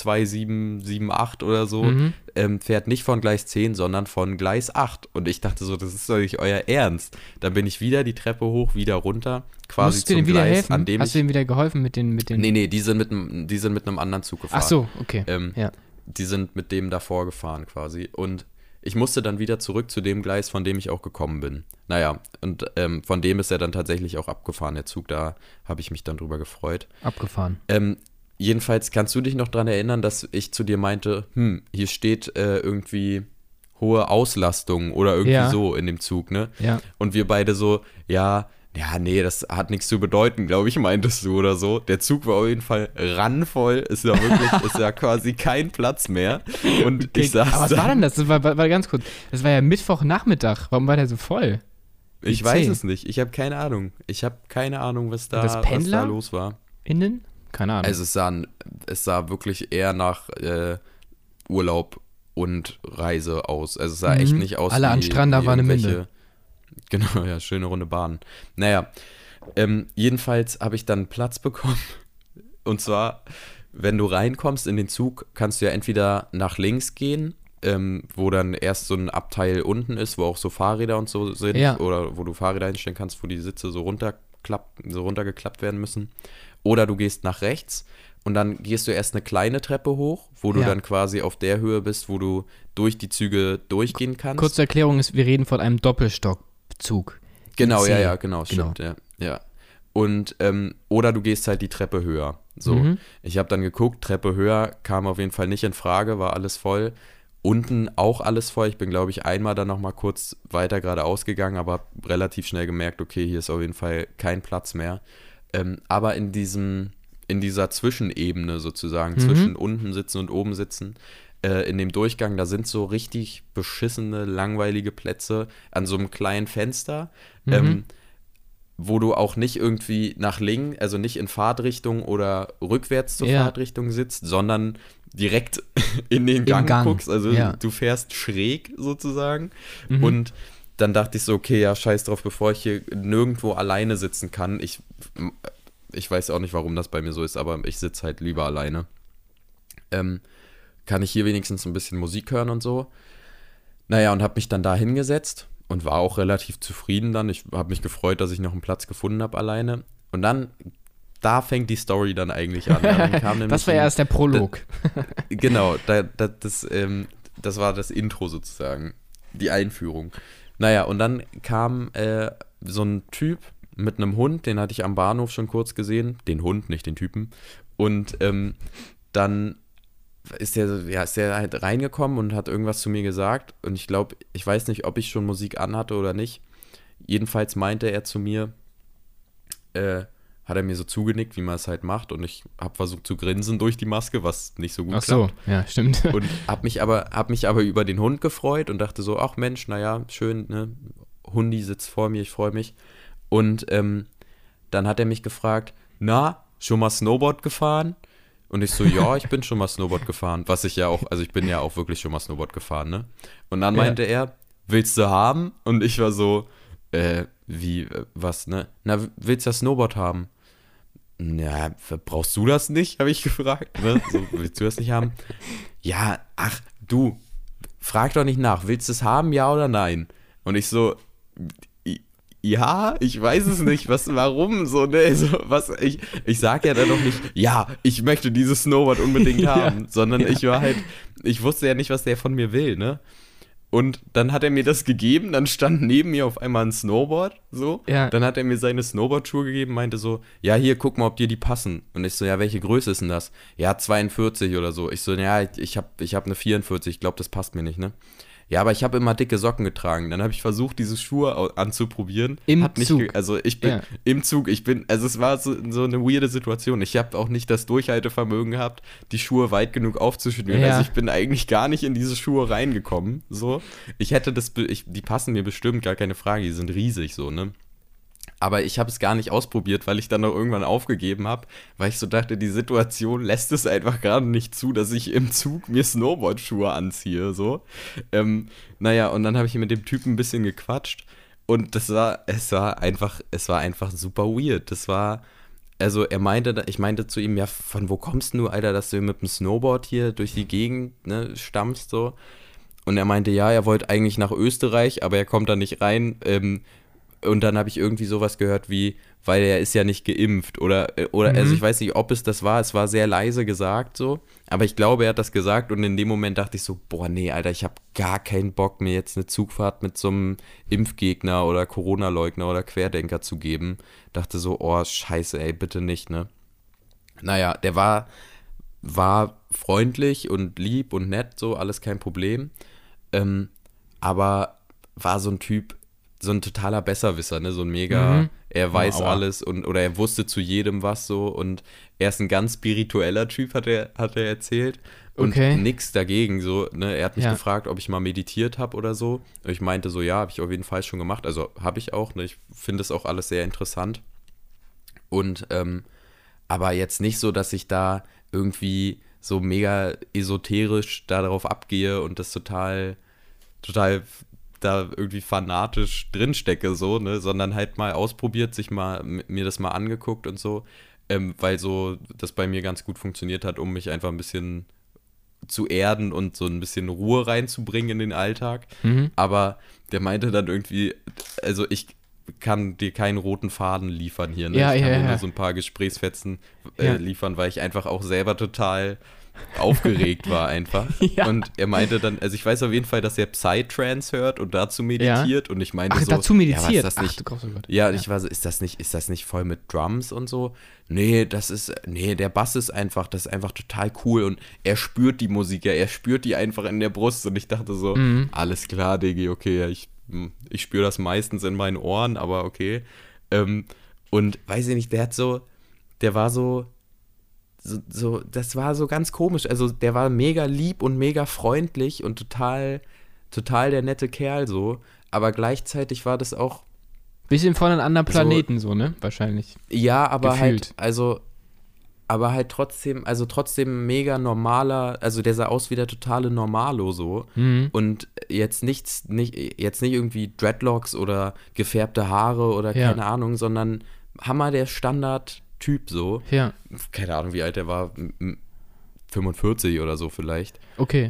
2778 oder so, fährt nicht von Gleis 10, sondern von Gleis 8. Und ich dachte so, das ist doch nicht euer Ernst. Dann bin ich wieder die Treppe hoch, wieder runter, quasi zum Gleis, wieder helfen? an dem Hast du denen wieder geholfen mit den? Nee, die sind mit einem anderen Zug gefahren. Ach so, okay. Die sind mit dem davor gefahren quasi. Und ich musste dann wieder zurück zu dem Gleis, von dem ich auch gekommen bin. Naja, und von dem ist er dann tatsächlich auch abgefahren, der Zug. Da habe ich mich dann drüber gefreut. Abgefahren. Jedenfalls kannst du dich noch dran erinnern, dass ich zu dir meinte, hier steht irgendwie hohe Auslastung oder irgendwie so in dem Zug, ne? Ja. Und wir beide so, nee, das hat nichts zu bedeuten, glaube ich, meintest du oder so. Der Zug war auf jeden Fall randvoll, ist ja quasi kein Platz mehr. Und ich saß aber was war denn das? Das war ganz kurz, das war ja Mittwochnachmittag, warum war der so voll? Ich weiß es nicht, ich habe keine Ahnung. Was da los war. Keine Ahnung. Also es sah wirklich eher nach Urlaub und Reise aus. Also es sah echt nicht aus Alle wie an Strand, da wie war eine irgendwelche- Minde. Genau, ja, schöne runde Bahn. Naja, jedenfalls habe ich dann Platz bekommen. Und zwar, wenn du reinkommst in den Zug, kannst du ja entweder nach links gehen, wo dann erst so ein Abteil unten ist, wo auch so Fahrräder und so sind, Ja. oder wo du Fahrräder hinstellen kannst, wo die Sitze so runtergeklappt werden müssen. Oder du gehst nach rechts und dann gehst du erst eine kleine Treppe hoch, wo du Ja. dann quasi auf der Höhe bist, wo du durch die Züge durchgehen kannst. Kurze Erklärung ist, wir reden von einem Doppelstockzug. Genau, IC. ja, genau, stimmt, ja. Und, oder du gehst halt die Treppe höher. So, ich habe dann geguckt, Treppe höher kam auf jeden Fall nicht in Frage, war alles voll. Unten auch alles voll. Ich bin, glaube ich, einmal dann nochmal kurz weiter geradeaus gegangen, aber habe relativ schnell gemerkt, okay, hier ist auf jeden Fall kein Platz mehr. Aber in dieser Zwischenebene sozusagen, zwischen unten sitzen und oben sitzen, in dem Durchgang, da sind so richtig beschissene, langweilige Plätze an so einem kleinen Fenster, wo du auch nicht irgendwie nach links, also nicht in Fahrtrichtung oder rückwärts zur Ja. Fahrtrichtung sitzt, sondern direkt in den Gang, Gang, guckst. Also ja. du fährst schräg sozusagen. Und dann dachte ich so, okay, ja, scheiß drauf, bevor ich hier nirgendwo alleine sitzen kann. Ich weiß auch nicht, warum das bei mir so ist, aber ich sitze halt lieber alleine. Kann ich hier wenigstens ein bisschen Musik hören und so. Naja, und habe mich dann da hingesetzt und war auch relativ zufrieden dann. Ich habe mich gefreut, dass ich noch einen Platz gefunden habe alleine. Und dann, da fängt die Story dann eigentlich an. Dann kam nämlich Das war ja erst der Prolog. Genau, das war das Intro sozusagen, die Einführung. Naja, und dann kam so ein Typ mit einem Hund, den hatte ich am Bahnhof schon kurz gesehen. Den Hund, nicht den Typen. Und dann ist der halt reingekommen und hat irgendwas zu mir gesagt. Und ich glaube, ich weiß nicht, ob ich schon Musik anhatte oder nicht. Jedenfalls meinte er zu mir, hat er mir so zugenickt, wie man es halt macht. Und ich habe versucht zu grinsen durch die Maske, was nicht so gut Ach so, klappt. ja, stimmt. Und hab mich aber über den Hund gefreut und dachte so, ach Mensch, naja, schön, ne? Hundi sitzt vor mir, ich freue mich. Und dann hat er mich gefragt, na, schon mal Snowboard gefahren? Und ich so, ja, ich bin schon mal Snowboard gefahren. Was ich ja auch, also ich bin ja auch wirklich schon mal Snowboard gefahren, ne? Und dann meinte er, willst du haben? Und ich war so, was, ne? Na, willst du das Snowboard haben? Ja, brauchst du das nicht, habe ich gefragt, ne? So, willst du das nicht haben? Ja, ach, du, frag doch nicht nach, willst du es haben, ja oder nein? Und ich so, ja, ich weiß es nicht, warum so, ne, so, ich sag ja dann noch nicht, ja, ich möchte dieses Snowboard unbedingt haben, sondern ich wusste ja nicht, was der von mir will, ne, und dann hat er mir das gegeben, dann stand neben mir auf einmal ein Snowboard, so, dann hat er mir seine Snowboardschuhe gegeben, meinte so, ja, hier, guck mal, ob dir die passen, und ich so, ja, welche Größe ist denn das? Ja, 42 oder so, ich so, ja, ich hab eine 44, ich glaube, das passt mir nicht, ne. Ja, aber ich habe immer dicke Socken getragen. Dann habe ich versucht, diese Schuhe anzuprobieren. Im Zug. Ich bin im Zug. Es war so eine weirde Situation. Ich habe auch nicht das Durchhaltevermögen gehabt, die Schuhe weit genug aufzuschnüren. Ja. Also ich bin eigentlich gar nicht in diese Schuhe reingekommen. So, die passen mir bestimmt, gar keine Frage. Die sind riesig so, ne? Aber ich habe es gar nicht ausprobiert, weil ich dann noch irgendwann aufgegeben habe, weil ich so dachte, die Situation lässt es einfach gerade nicht zu, dass ich im Zug mir Snowboard-Schuhe anziehe, so. Naja, und dann habe ich mit dem Typen ein bisschen gequatscht und es war einfach super weird. Also ich meinte zu ihm, ja, von wo kommst du, Alter, dass du mit dem Snowboard hier durch die Gegend, ne, stammst, so. Und er meinte, ja, er wollte eigentlich nach Österreich, aber er kommt da nicht rein, und dann habe ich irgendwie sowas gehört wie, weil er ist ja nicht geimpft oder also ich weiß nicht, ob es war sehr leise gesagt so, aber ich glaube, er hat das gesagt und in dem Moment dachte ich so, boah, nee, Alter, ich habe gar keinen Bock, mir jetzt eine Zugfahrt mit so einem Impfgegner oder Corona-Leugner oder Querdenker zu geben. Dachte so, oh, scheiße, ey, bitte nicht, ne? Naja, der war freundlich und lieb und nett, so, alles kein Problem, aber war so ein Typ, so ein totaler Besserwisser, ne, so ein mega, er weiß alles oder er wusste zu jedem was so und er ist ein ganz spiritueller Typ, hat er erzählt und nix dagegen, so, ne, er hat mich gefragt, ob ich mal meditiert habe oder so und ich meinte so, ja, habe ich auf jeden Fall schon gemacht, also habe ich auch, ne, ich finde es auch alles sehr interessant und, aber jetzt nicht so, dass ich da irgendwie so mega esoterisch darauf abgehe und das total da irgendwie fanatisch drinstecke, so, ne, sondern halt mal ausprobiert, mir das mal angeguckt und so, weil so das bei mir ganz gut funktioniert hat, um mich einfach ein bisschen zu erden und so ein bisschen Ruhe reinzubringen in den Alltag. Aber der meinte dann irgendwie, also ich kann dir keinen roten Faden liefern hier, ne? Ich kann dir nur so ein paar Gesprächsfetzen liefern, weil ich einfach auch selber total aufgeregt war einfach. Und er meinte dann, also ich weiß auf jeden Fall, dass er Psytrance hört und dazu meditiert und ich meinte so, dazu meditiert? Ja, ist das nicht, ich war so, ist das nicht voll mit Drums und so? Nee, der Bass ist einfach, das ist einfach total cool und er spürt die Musik, er spürt die einfach in der Brust und ich dachte so, alles klar, Digi, okay, ja, ich spüre das meistens in meinen Ohren, aber okay. Und weiß ich nicht, der war so, das war so ganz komisch. Also der war mega lieb und mega freundlich und total der nette Kerl so. Aber gleichzeitig war das auch bisschen von einem anderen Planeten so, ne? Wahrscheinlich. Ja, aber gefühlt. trotzdem mega normaler, also der sah aus wie der totale Normalo so. Und jetzt nicht irgendwie Dreadlocks oder gefärbte Haare oder keine Ahnung, sondern Hammer der Standard-Typ so. Ja. Keine Ahnung, wie alt der war, 45 oder so vielleicht. Okay.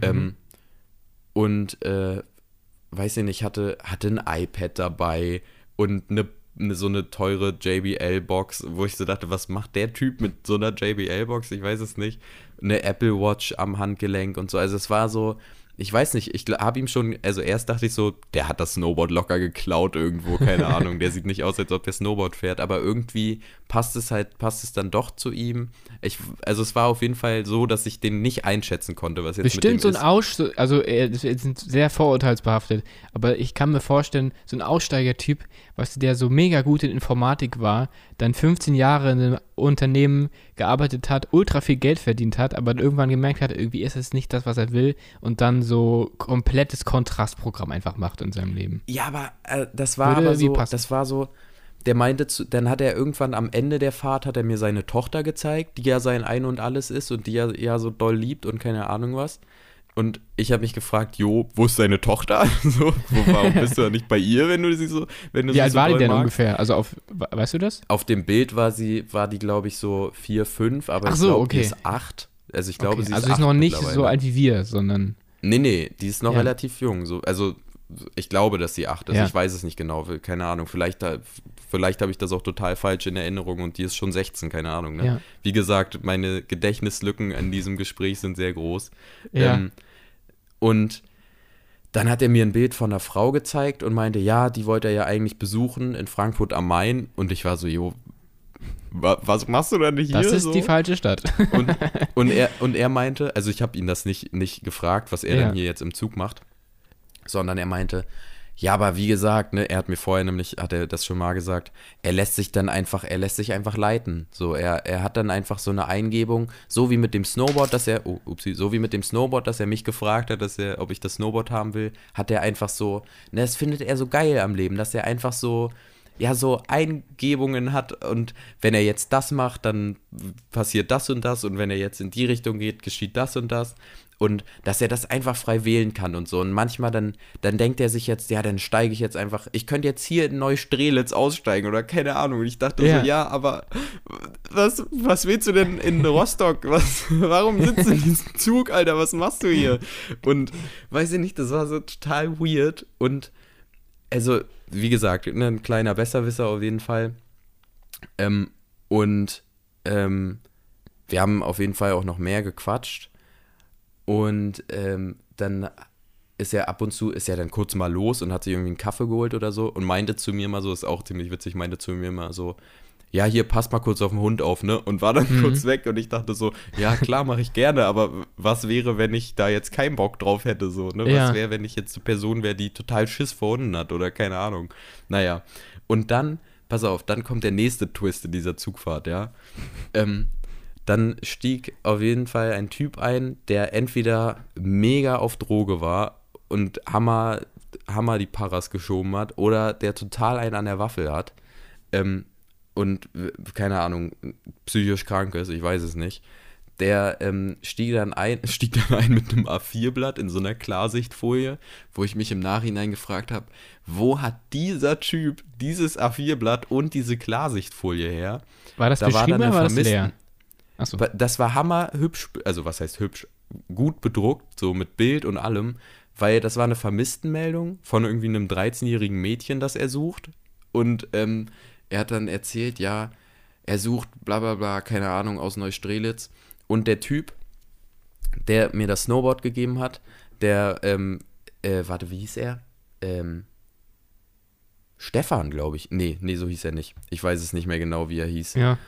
Und weiß ich nicht, hatte ein iPad dabei und so eine teure JBL-Box, wo ich so dachte, was macht der Typ mit so einer JBL-Box? Ich weiß es nicht. Eine Apple Watch am Handgelenk und so. Also es war so, ich weiß nicht, ich habe ihm schon, also erst dachte ich so, der hat das Snowboard locker geklaut irgendwo, keine Ahnung, der sieht nicht aus, als ob der Snowboard fährt, aber irgendwie passt es dann doch zu ihm. Also es war auf jeden Fall so, dass ich den nicht einschätzen konnte, was jetzt bestimmt mit dem ist. Also wir sind sehr vorurteilsbehaftet, aber ich kann mir vorstellen, so ein Aussteigertyp, der so mega gut in Informatik war, dann 15 Jahre in einem Unternehmen gearbeitet hat, ultra viel Geld verdient hat, aber dann irgendwann gemerkt hat, irgendwie ist es nicht das, was er will und dann so komplettes Kontrastprogramm einfach macht in seinem Leben. Ja, aber das war so, der meinte, dann hat er irgendwann am Ende der Fahrt, hat er mir seine Tochter gezeigt, die ja sein Ein und Alles ist und die er ja so doll liebt und keine Ahnung was. Und ich habe mich gefragt, wo ist deine Tochter? So, warum bist du da nicht bei ihr, wenn du sie so, wenn du Wie sie alt so war die doll denn magst? ungefähr? Also weißt du das? Auf dem Bild war die, glaube ich, so 4, 5, aber ich glaube, die ist 8. Also ich glaube, sie ist 8 also sie ist noch nicht mittlerweile. so alt wie wir, sondern Nee, die ist noch relativ jung. So. Also ich glaube, dass sie 8 ist. Ich weiß es nicht genau. Keine Ahnung. Vielleicht habe ich das auch total falsch in Erinnerung und die ist schon 16, keine Ahnung. Ne? Ja. Wie gesagt, meine Gedächtnislücken in diesem Gespräch sind sehr groß. Ja. Und dann hat er mir ein Bild von einer Frau gezeigt und meinte, ja, die wollte er ja eigentlich besuchen in Frankfurt am Main. Und ich war so, was machst du denn nicht hier? Das ist so? die falsche Stadt. Und er meinte, also ich habe ihn das nicht gefragt, was er denn hier jetzt im Zug macht, sondern er meinte, ja, aber wie gesagt, ne, er hat mir vorher nämlich, hat er das schon mal gesagt, er lässt sich einfach leiten. So, er hat dann einfach so eine Eingebung, so wie mit dem Snowboard, dass er mich gefragt hat, ob ich das Snowboard haben will, hat er einfach so, ne, das findet er so geil am Leben, dass er einfach so, ja, so Eingebungen hat und wenn er jetzt das macht, dann passiert das und das und wenn er jetzt in die Richtung geht, geschieht das und das und dass er das einfach frei wählen kann und so und manchmal dann denkt er sich jetzt, ja, dann steige ich jetzt einfach, ich könnte jetzt hier in Neustrelitz aussteigen oder keine Ahnung und ich dachte so, ja, aber was willst du denn in Rostock, warum sitzt du in diesem Zug, Alter, was machst du hier und weiß ich nicht, das war so total weird und also, wie gesagt, ein kleiner Besserwisser auf jeden Fall. Wir haben auf jeden Fall auch noch mehr gequatscht. Und dann ist er dann kurz mal los und hat sich irgendwie einen Kaffee geholt oder so und meinte zu mir mal so, ist auch ziemlich witzig, meinte zu mir mal so, ja, hier, pass mal kurz auf den Hund auf, ne? Und war dann kurz weg und ich dachte so, ja, klar, mache ich gerne, aber was wäre, wenn ich da jetzt keinen Bock drauf hätte, so, ne? Was wäre, wenn ich jetzt eine Person wäre, die total Schiss vor Hunden hat oder keine Ahnung. Naja, und dann, pass auf, dann kommt der nächste Twist in dieser Zugfahrt, ja? Dann stieg auf jeden Fall ein Typ ein, der entweder mega auf Droge war und Hammer die Paras geschoben hat oder der total einen an der Waffel hat. Und keine Ahnung, psychisch krank ist, ich weiß es nicht, der stieg dann ein mit einem A4-Blatt in so einer Klarsichtfolie, wo ich mich im Nachhinein gefragt habe, wo hat dieser Typ dieses A4-Blatt und diese Klarsichtfolie her? War das beschrieben oder war das leer? Achso. Das war hammerhübsch, also was heißt hübsch, gut bedruckt, so mit Bild und allem, weil das war eine Vermisstenmeldung von irgendwie einem 13-jährigen Mädchen, das er sucht. Und er hat dann erzählt, ja, er sucht bla bla bla, keine Ahnung, aus Neustrelitz. Und der Typ, der mir das Snowboard gegeben hat, der, warte, wie hieß er? Stefan, glaube ich. Nee, so hieß er nicht. Ich weiß es nicht mehr genau, wie er hieß. Ja.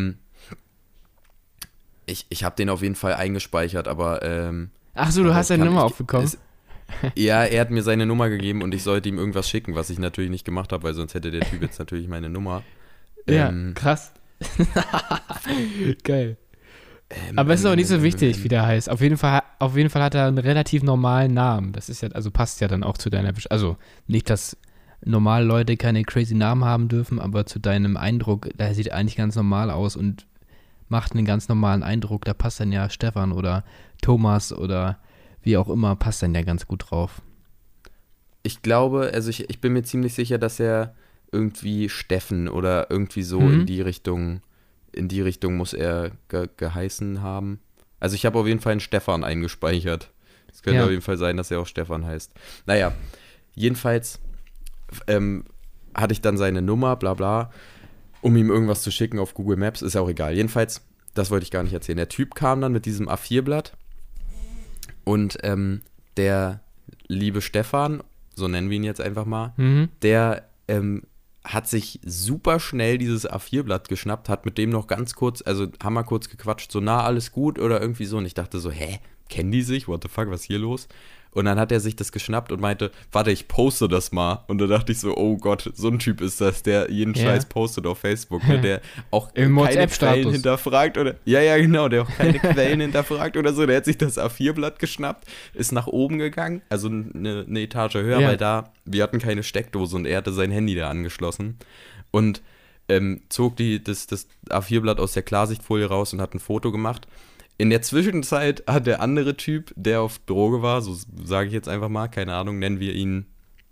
Ich habe den auf jeden Fall eingespeichert, aber ach so, du hast seine Nummer aufbekommen? Ja, er hat mir seine Nummer gegeben und ich sollte ihm irgendwas schicken, was ich natürlich nicht gemacht habe, weil sonst hätte der Typ jetzt natürlich meine Nummer. Ja, krass. Geil. Aber es ist auch nicht so wichtig, wie der heißt. Auf jeden Fall hat er einen relativ normalen Namen. Das ist ja, also passt ja dann auch zu deiner, also nicht, dass normale Leute keine crazy Namen haben dürfen, aber zu deinem Eindruck, der sieht eigentlich ganz normal aus und macht einen ganz normalen Eindruck. Da passt dann ja Stefan oder Thomas oder wie auch immer, passt dann ja ganz gut drauf. Ich glaube, also ich bin mir ziemlich sicher, dass er irgendwie Steffen oder irgendwie so in die Richtung muss er geheißen haben. Also ich habe auf jeden Fall einen Stefan eingespeichert. Es könnte auf jeden Fall sein, dass er auch Stefan heißt. Naja, jedenfalls hatte ich dann seine Nummer, bla bla, um ihm irgendwas zu schicken auf Google Maps, ist ja auch egal. Jedenfalls, das wollte ich gar nicht erzählen. Der Typ kam dann mit diesem A4-Blatt und der liebe Stefan, so nennen wir ihn jetzt einfach mal, der hat sich super schnell dieses A4-Blatt geschnappt, hat mit dem noch ganz kurz, also haben wir kurz gequatscht, so alles gut oder irgendwie so. Und ich dachte so, kennen die sich? What the fuck, was ist hier los? Und dann hat er sich das geschnappt und meinte, warte, ich poste das mal. Und da dachte ich so, oh Gott, so ein Typ ist das, der jeden Scheiß postet auf Facebook, ne, der auch keine Quellen hinterfragt oder, ja, genau, der auch keine Quellen hinterfragt oder so. Der hat sich das A4-Blatt geschnappt, ist nach oben gegangen, also eine Etage höher, weil wir hatten keine Steckdose und er hatte sein Handy da angeschlossen und zog das A4-Blatt aus der Klarsichtfolie raus und hat ein Foto gemacht. In der Zwischenzeit hat der andere Typ, der auf Droge war, so sage ich jetzt einfach mal, keine Ahnung, nennen wir ihn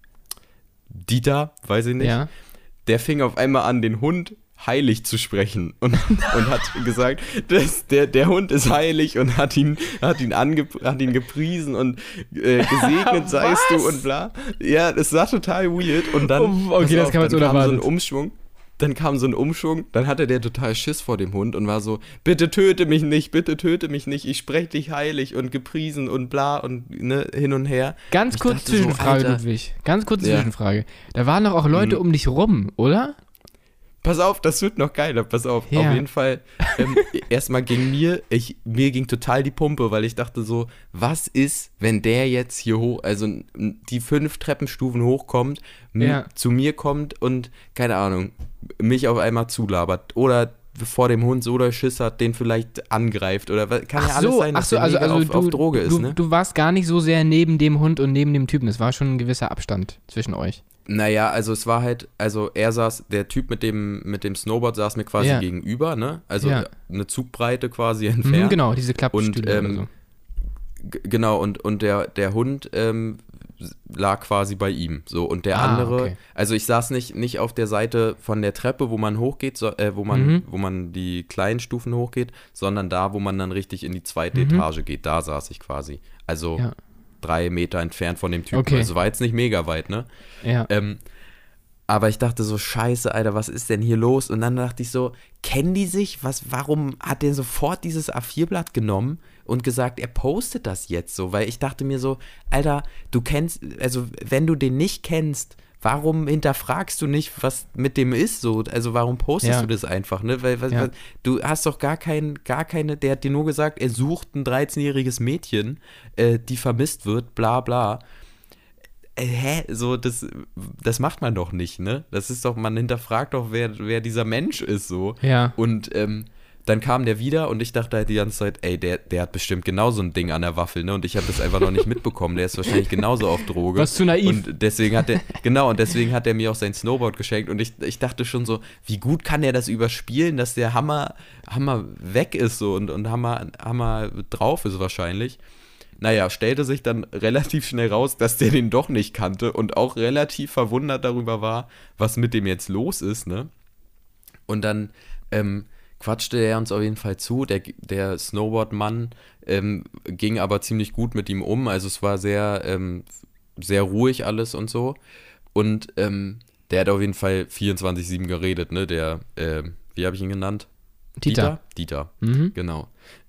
Dieter, weiß ich nicht, der fing auf einmal an, den Hund heilig zu sprechen und hat gesagt, der Hund ist heilig und hat ihn gepriesen und gesegnet seist du und bla. Ja, das war total weird und dann, das kann man so unerwartet. Dann kam so ein Umschwung, dann hatte der total Schiss vor dem Hund und war so, bitte töte mich nicht, ich spreche dich heilig und gepriesen und bla und ne, hin und her. Ganz kurze Zwischenfrage, so, Ludwig. Ganz kurze Zwischenfrage. Da waren doch auch Leute um dich rum, oder? Pass auf, das wird noch geiler, pass auf. Ja. Auf jeden Fall, erstmal ging mir ging total die Pumpe, weil ich dachte so, was ist, wenn der jetzt hier hoch, also die 5 Treppenstufen hochkommt, zu mir kommt und, keine Ahnung, mich auf einmal zulabert oder vor dem Hund so oder Schiss hat, den vielleicht angreift oder kann ja alles sein, dass der auf Droge ist, ne? Du warst gar nicht so sehr neben dem Hund und neben dem Typen, es war schon ein gewisser Abstand zwischen euch. Naja, also es war halt, also der Typ mit dem Snowboard saß mir quasi gegenüber, ne? Also eine Zugbreite quasi entfernt. Genau, diese Klappstühle oder so. Genau, und der Hund lag quasi bei ihm, so, und der andere, also ich saß nicht auf der Seite von der Treppe, wo man hochgeht, wo man die kleinen Stufen hochgeht, sondern da, wo man dann richtig in die zweite Etage geht, da saß ich quasi, also 3 Meter entfernt von dem Typen. Also war jetzt nicht mega weit, ne? Ja. Aber ich dachte so, scheiße, Alter, was ist denn hier los? Und dann dachte ich so, kennen die sich? Warum hat der sofort dieses A4-Blatt genommen und gesagt, er postet das jetzt so? Weil ich dachte mir so, Alter, also wenn du den nicht kennst, warum hinterfragst du nicht, was mit dem ist so? Also warum postest du das einfach, ne? Weil du hast doch gar keine, der hat dir nur gesagt, er sucht ein 13-jähriges Mädchen, die vermisst wird, bla bla. So, das macht man doch nicht, ne? Das ist doch, man hinterfragt doch, wer dieser Mensch ist, so. Ja. Und dann kam der wieder und ich dachte halt die ganze Zeit, ey, der hat bestimmt genauso ein Ding an der Waffel, ne? Und ich habe das einfach noch nicht mitbekommen. Der ist wahrscheinlich genauso auf Droge. Was zu naiv. Und deswegen hat er mir auch sein Snowboard geschenkt. Und ich dachte schon so, wie gut kann der das überspielen, dass der Hammer weg ist so und Hammer drauf ist wahrscheinlich. Naja, stellte sich dann relativ schnell raus, dass der den doch nicht kannte und auch relativ verwundert darüber war, was mit dem jetzt los ist, ne? Und dann quatschte er uns auf jeden Fall zu. Der Snowboard-Mann ging aber ziemlich gut mit ihm um. Also es war sehr, sehr ruhig alles und so. Und der hat auf jeden Fall 24/7 geredet, ne? Der, wie habe ich ihn genannt? Dieter. Dieter, Mhm. genau.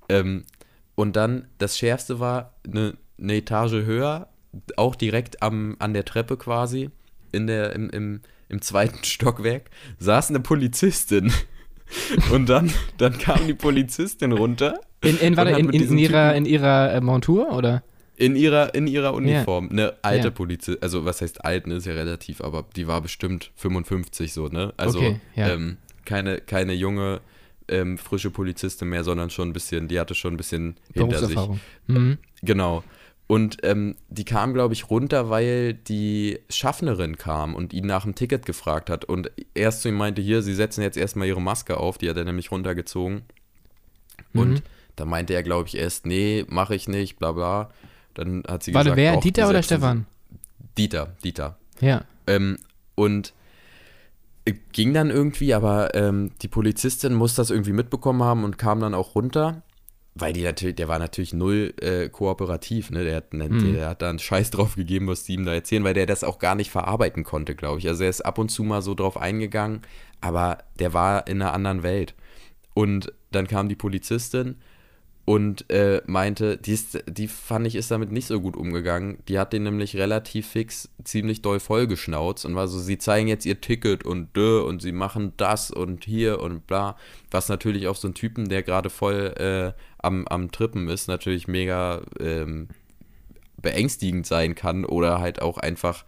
Und dann, das Schärfste war, eine Etage höher, auch direkt an der Treppe quasi, im zweiten Stockwerk, saß eine Polizistin. Und dann kam die Polizistin runter. In ihrer Montur, oder? In ihrer Uniform. Ja. Eine alte Polizistin, also was heißt alt, ne, ist ja relativ, aber die war bestimmt 55 so, ne? Also okay, ja. keine junge frische Polizistin mehr, sondern schon ein bisschen, die hatte schon ein bisschen hinter sich. Mhm. Genau. Und die kam, glaube ich, runter, weil die Schaffnerin kam und ihn nach dem Ticket gefragt hat. Und erst zu ihm meinte, hier, sie setzen jetzt erstmal ihre Maske auf, die hat er nämlich runtergezogen. Und da meinte er, glaube ich, erst, nee, mache ich nicht, bla bla. Dann hat sie gesagt, warte, wer? Dieter oder Stefan? Dieter. Ja. Und ging dann irgendwie, aber die Polizistin muss das irgendwie mitbekommen haben und kam dann auch runter, weil der war natürlich null kooperativ, ne? Der hat da einen Scheiß drauf gegeben, was die ihm da erzählen, weil der das auch gar nicht verarbeiten konnte, glaube ich. Also er ist ab und zu mal so drauf eingegangen, aber der war in einer anderen Welt. Und dann kam die Polizistin und meinte, die fand ich, ist damit nicht so gut umgegangen. Die hat den nämlich relativ fix ziemlich doll vollgeschnauzt und war so, sie zeigen jetzt ihr Ticket und sie machen das und hier und bla. Was natürlich auf so einen Typen, der gerade voll am Trippen ist, natürlich mega beängstigend sein kann oder halt auch einfach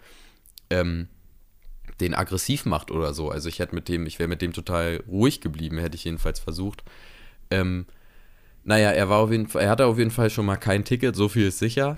den aggressiv macht oder so. Also ich wäre mit dem total ruhig geblieben, hätte ich jedenfalls versucht. Naja, er hatte auf jeden Fall schon mal kein Ticket, so viel ist sicher.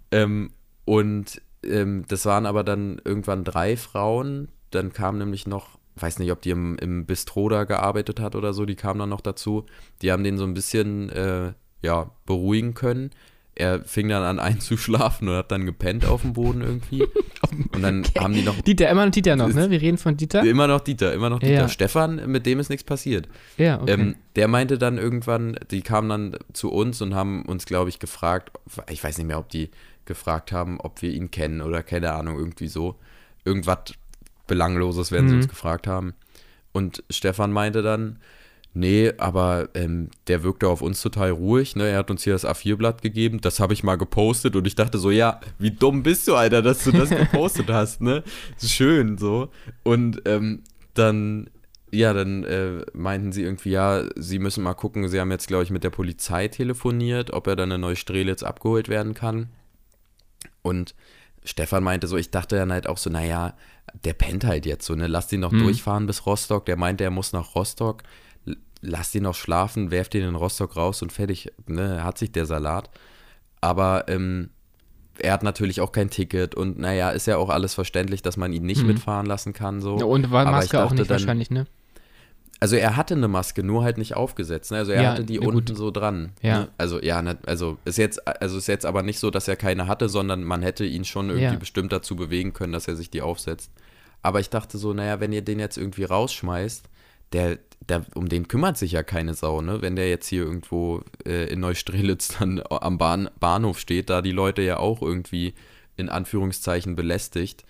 Das waren aber dann irgendwann 3 Frauen. Dann kam nämlich noch, weiß nicht, ob die im Bistro da gearbeitet hat oder so, die kamen dann noch dazu. Die haben den so ein bisschen beruhigen können. Er fing dann an einzuschlafen und hat dann gepennt auf dem Boden irgendwie. Und dann haben die noch... Immer noch Dieter noch, ne? Wir reden von Dieter? Immer noch Dieter. Ja. Stefan, mit dem ist nichts passiert. Ja, okay. Der meinte dann irgendwann, die kamen dann zu uns und haben uns, glaube ich, gefragt, ich weiß nicht mehr, ob die gefragt haben, ob wir ihn kennen oder keine Ahnung, irgendwie so. Irgendwas Belangloses werden sie uns gefragt haben. Und Stefan meinte dann, nee, aber der wirkte auf uns total ruhig, ne? Er hat uns hier das A4-Blatt gegeben, das habe ich mal gepostet und ich dachte so, ja, wie dumm bist du, Alter, dass du das gepostet hast, ne? Schön, so. Und dann meinten sie irgendwie, ja, sie müssen mal gucken, sie haben jetzt, glaube ich, mit der Polizei telefoniert, ob er dann in Neustrelitz abgeholt werden kann. Und Stefan meinte so, ich dachte dann halt auch so, naja, der pennt halt jetzt so, ne? Lass den noch durchfahren bis Rostock, der meinte, er muss nach Rostock. Lass den noch schlafen, werf den in Rostock raus und fertig, ne, hat sich der Salat. Aber er hat natürlich auch kein Ticket und naja, ist ja auch alles verständlich, dass man ihn nicht mitfahren lassen kann. So. Ja, und war aber Maske auch nicht wahrscheinlich, ne? Also er hatte eine Maske, nur halt nicht aufgesetzt. Ne? Also er hatte die unten so dran. Ja. Ne? Also ist jetzt aber nicht so, dass er keine hatte, sondern man hätte ihn schon irgendwie bestimmt dazu bewegen können, dass er sich die aufsetzt. Aber ich dachte so, naja, wenn ihr den jetzt irgendwie rausschmeißt, um den kümmert sich ja keine Sau, ne? Wenn der jetzt hier irgendwo in Neustrelitz dann am Bahnhof steht, da die Leute ja auch irgendwie in Anführungszeichen belästigt.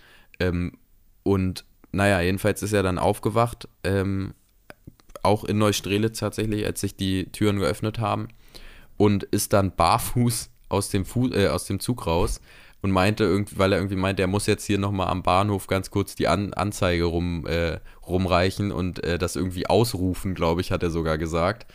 Und naja, jedenfalls ist er dann aufgewacht, auch in Neustrelitz tatsächlich, als sich die Türen geöffnet haben und ist dann barfuß aus dem Zug raus und meinte, weil er irgendwie meinte, er muss jetzt hier nochmal am Bahnhof ganz kurz die Anzeige rumreichen und das irgendwie ausrufen, glaube ich, hat er sogar gesagt.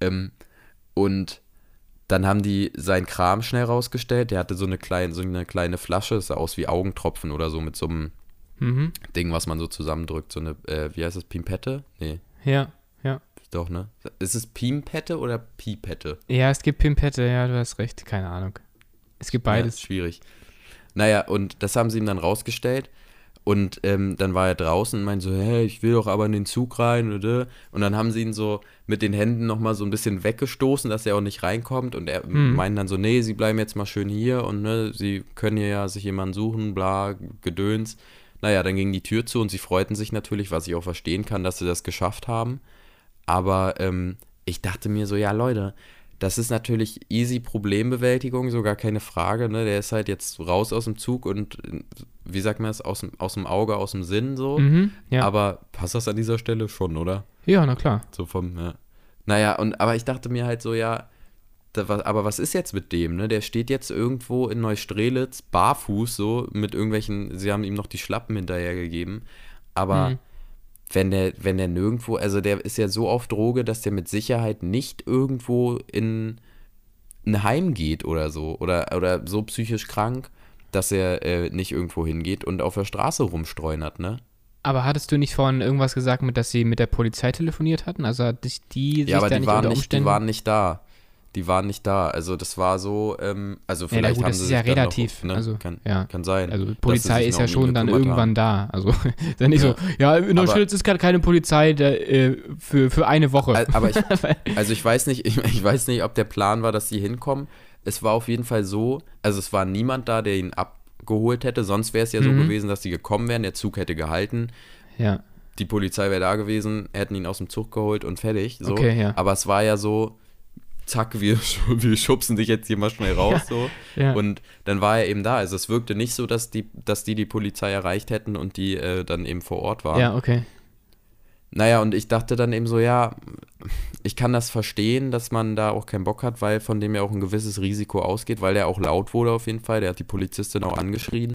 Und dann haben die seinen Kram schnell rausgestellt. Der hatte so eine kleine Flasche, das sah aus wie Augentropfen oder so mit so einem Ding, was man so zusammendrückt. So eine, wie heißt das, Pimpette? Nee. Ja. Doch, ne? Ist es Pimpette oder Pipette? Ja, es gibt Pimpette, ja, du hast recht, keine Ahnung. Es gibt beides. Ja, schwierig. Naja, und das haben sie ihm dann rausgestellt. Und dann war er draußen und meinte so, hey, ich will doch aber in den Zug rein. Und dann haben sie ihn so mit den Händen nochmal so ein bisschen weggestoßen, dass er auch nicht reinkommt. Und er meinen dann so, nee, sie bleiben jetzt mal schön hier und ne, sie können hier ja sich jemanden suchen, bla, Gedöns. Naja, dann ging die Tür zu und sie freuten sich natürlich, was ich auch verstehen kann, dass sie das geschafft haben. Aber ich dachte mir so, ja Leute, das ist natürlich easy Problembewältigung, so gar keine Frage, ne? Der ist halt jetzt raus aus dem Zug und, wie sagt man das, aus dem Auge, aus dem Sinn so. Ja. Aber passt das an dieser Stelle schon, oder? Ja, na klar. So ja. Naja, aber ich dachte mir halt so, ja, aber was ist jetzt mit dem, ne? Der steht jetzt irgendwo in Neustrelitz, barfuß so, mit irgendwelchen, sie haben ihm noch die Schlappen hinterhergegeben, aber wenn der nirgendwo, also der ist ja so auf Droge, dass der mit Sicherheit nicht irgendwo in ein Heim geht oder so, oder so psychisch krank, dass er nicht irgendwo hingeht und auf der Straße rumstreunert, ne? Aber hattest du nicht vorhin irgendwas gesagt, dass sie mit der Polizei telefoniert hatten? Also hat dich die sich Ja, aber da die nicht waren unter nicht, die Umständen... waren nicht da. Die waren nicht da. Also das war so, also vielleicht ja, gut, haben das sie ist sich ja dann relativ. Noch, ne? Also, kann sein. Also dass sie Polizei sich ist noch ja um ihn schon dann gekümmert irgendwann haben. da. Also ist ja nicht so, ja, in Neustrelitz ist gerade keine Polizei für eine Woche. Aber ich weiß nicht, ich weiß nicht, ob der Plan war, dass sie hinkommen. Es war auf jeden Fall so, also es war niemand da, der ihn abgeholt hätte. Sonst wäre es ja so gewesen, dass die gekommen wären, der Zug hätte gehalten. Ja. Die Polizei wäre da gewesen, hätten ihn aus dem Zug geholt und fertig. So. Okay, ja. Aber es war ja so, zack, wir schubsen dich jetzt hier mal schnell raus. So. Ja. Und dann war er eben da. Also es wirkte nicht so, dass die Polizei erreicht hätten und die dann eben vor Ort waren. Ja, okay. Naja, und ich dachte dann eben so, ja, ich kann das verstehen, dass man da auch keinen Bock hat, weil von dem ja auch ein gewisses Risiko ausgeht, weil der auch laut wurde auf jeden Fall. Der hat die Polizistin auch angeschrien.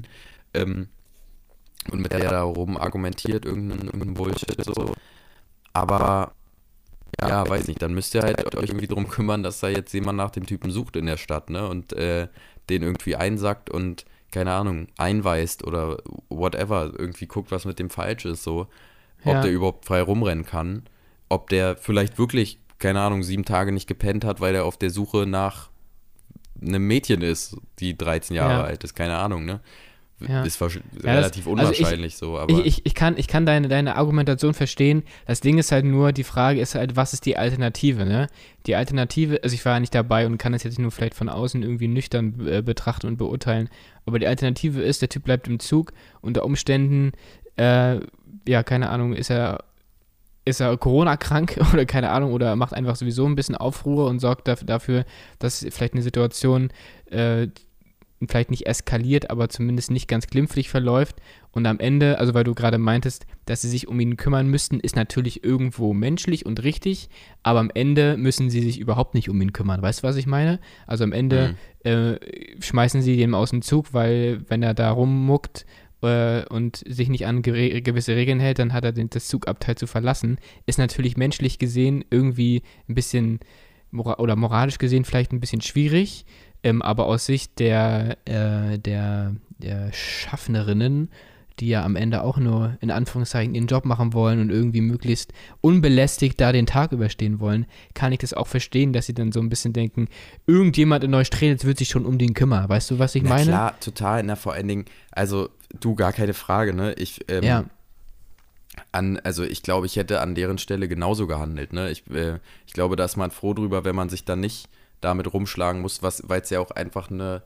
Und mit der da rum argumentiert, irgendein Bullshit so. Aber, ja, weiß nicht, dann müsst ihr halt euch irgendwie drum kümmern, dass da jetzt jemand nach dem Typen sucht in der Stadt, ne? Und den irgendwie einsackt und, keine Ahnung, einweist oder whatever, irgendwie guckt, was mit dem falsch ist, so. Ob der überhaupt frei rumrennen kann. Ob der vielleicht wirklich, keine Ahnung, 7 Tage nicht gepennt hat, weil er auf der Suche nach einem Mädchen ist, die 13 Jahre alt ist, keine Ahnung, ne? Ja. Ist relativ unwahrscheinlich so, aber... Ich kann deine Argumentation verstehen. Das Ding ist halt nur, die Frage ist halt, was ist die Alternative, ne? Die Alternative, also ich war ja nicht dabei und kann das jetzt nur vielleicht von außen irgendwie nüchtern betrachten und beurteilen, aber die Alternative ist, der Typ bleibt im Zug, unter Umständen, ja, keine Ahnung, ist er Corona-krank oder keine Ahnung, oder macht einfach sowieso ein bisschen Aufruhr und sorgt dafür, dass vielleicht eine Situation vielleicht nicht eskaliert, aber zumindest nicht ganz glimpflich verläuft. Und am Ende, also weil du gerade meintest, dass sie sich um ihn kümmern müssten, ist natürlich irgendwo menschlich und richtig, aber am Ende müssen sie sich überhaupt nicht um ihn kümmern. Weißt du, was ich meine? Also am Ende schmeißen sie den aus dem Zug, weil wenn er da rummuckt und sich nicht an gewisse Regeln hält, dann hat er das Zugabteil zu verlassen. Ist natürlich menschlich gesehen irgendwie ein bisschen, oder moralisch gesehen vielleicht ein bisschen schwierig, aber aus Sicht der Schaffnerinnen, die ja am Ende auch nur in Anführungszeichen ihren Job machen wollen und irgendwie möglichst unbelästigt da den Tag überstehen wollen, kann ich das auch verstehen, dass sie dann so ein bisschen denken, irgendjemand in Neustrelitz wird sich schon um den kümmern. Weißt du, was ich meine? Ja, klar, total. Na, vor allen Dingen, also du, gar keine Frage, ne? Also ich glaube, ich hätte an deren Stelle genauso gehandelt, ne? Ich glaube, da ist man froh drüber, wenn man sich dann nicht damit rumschlagen muss, weil es ja auch einfach eine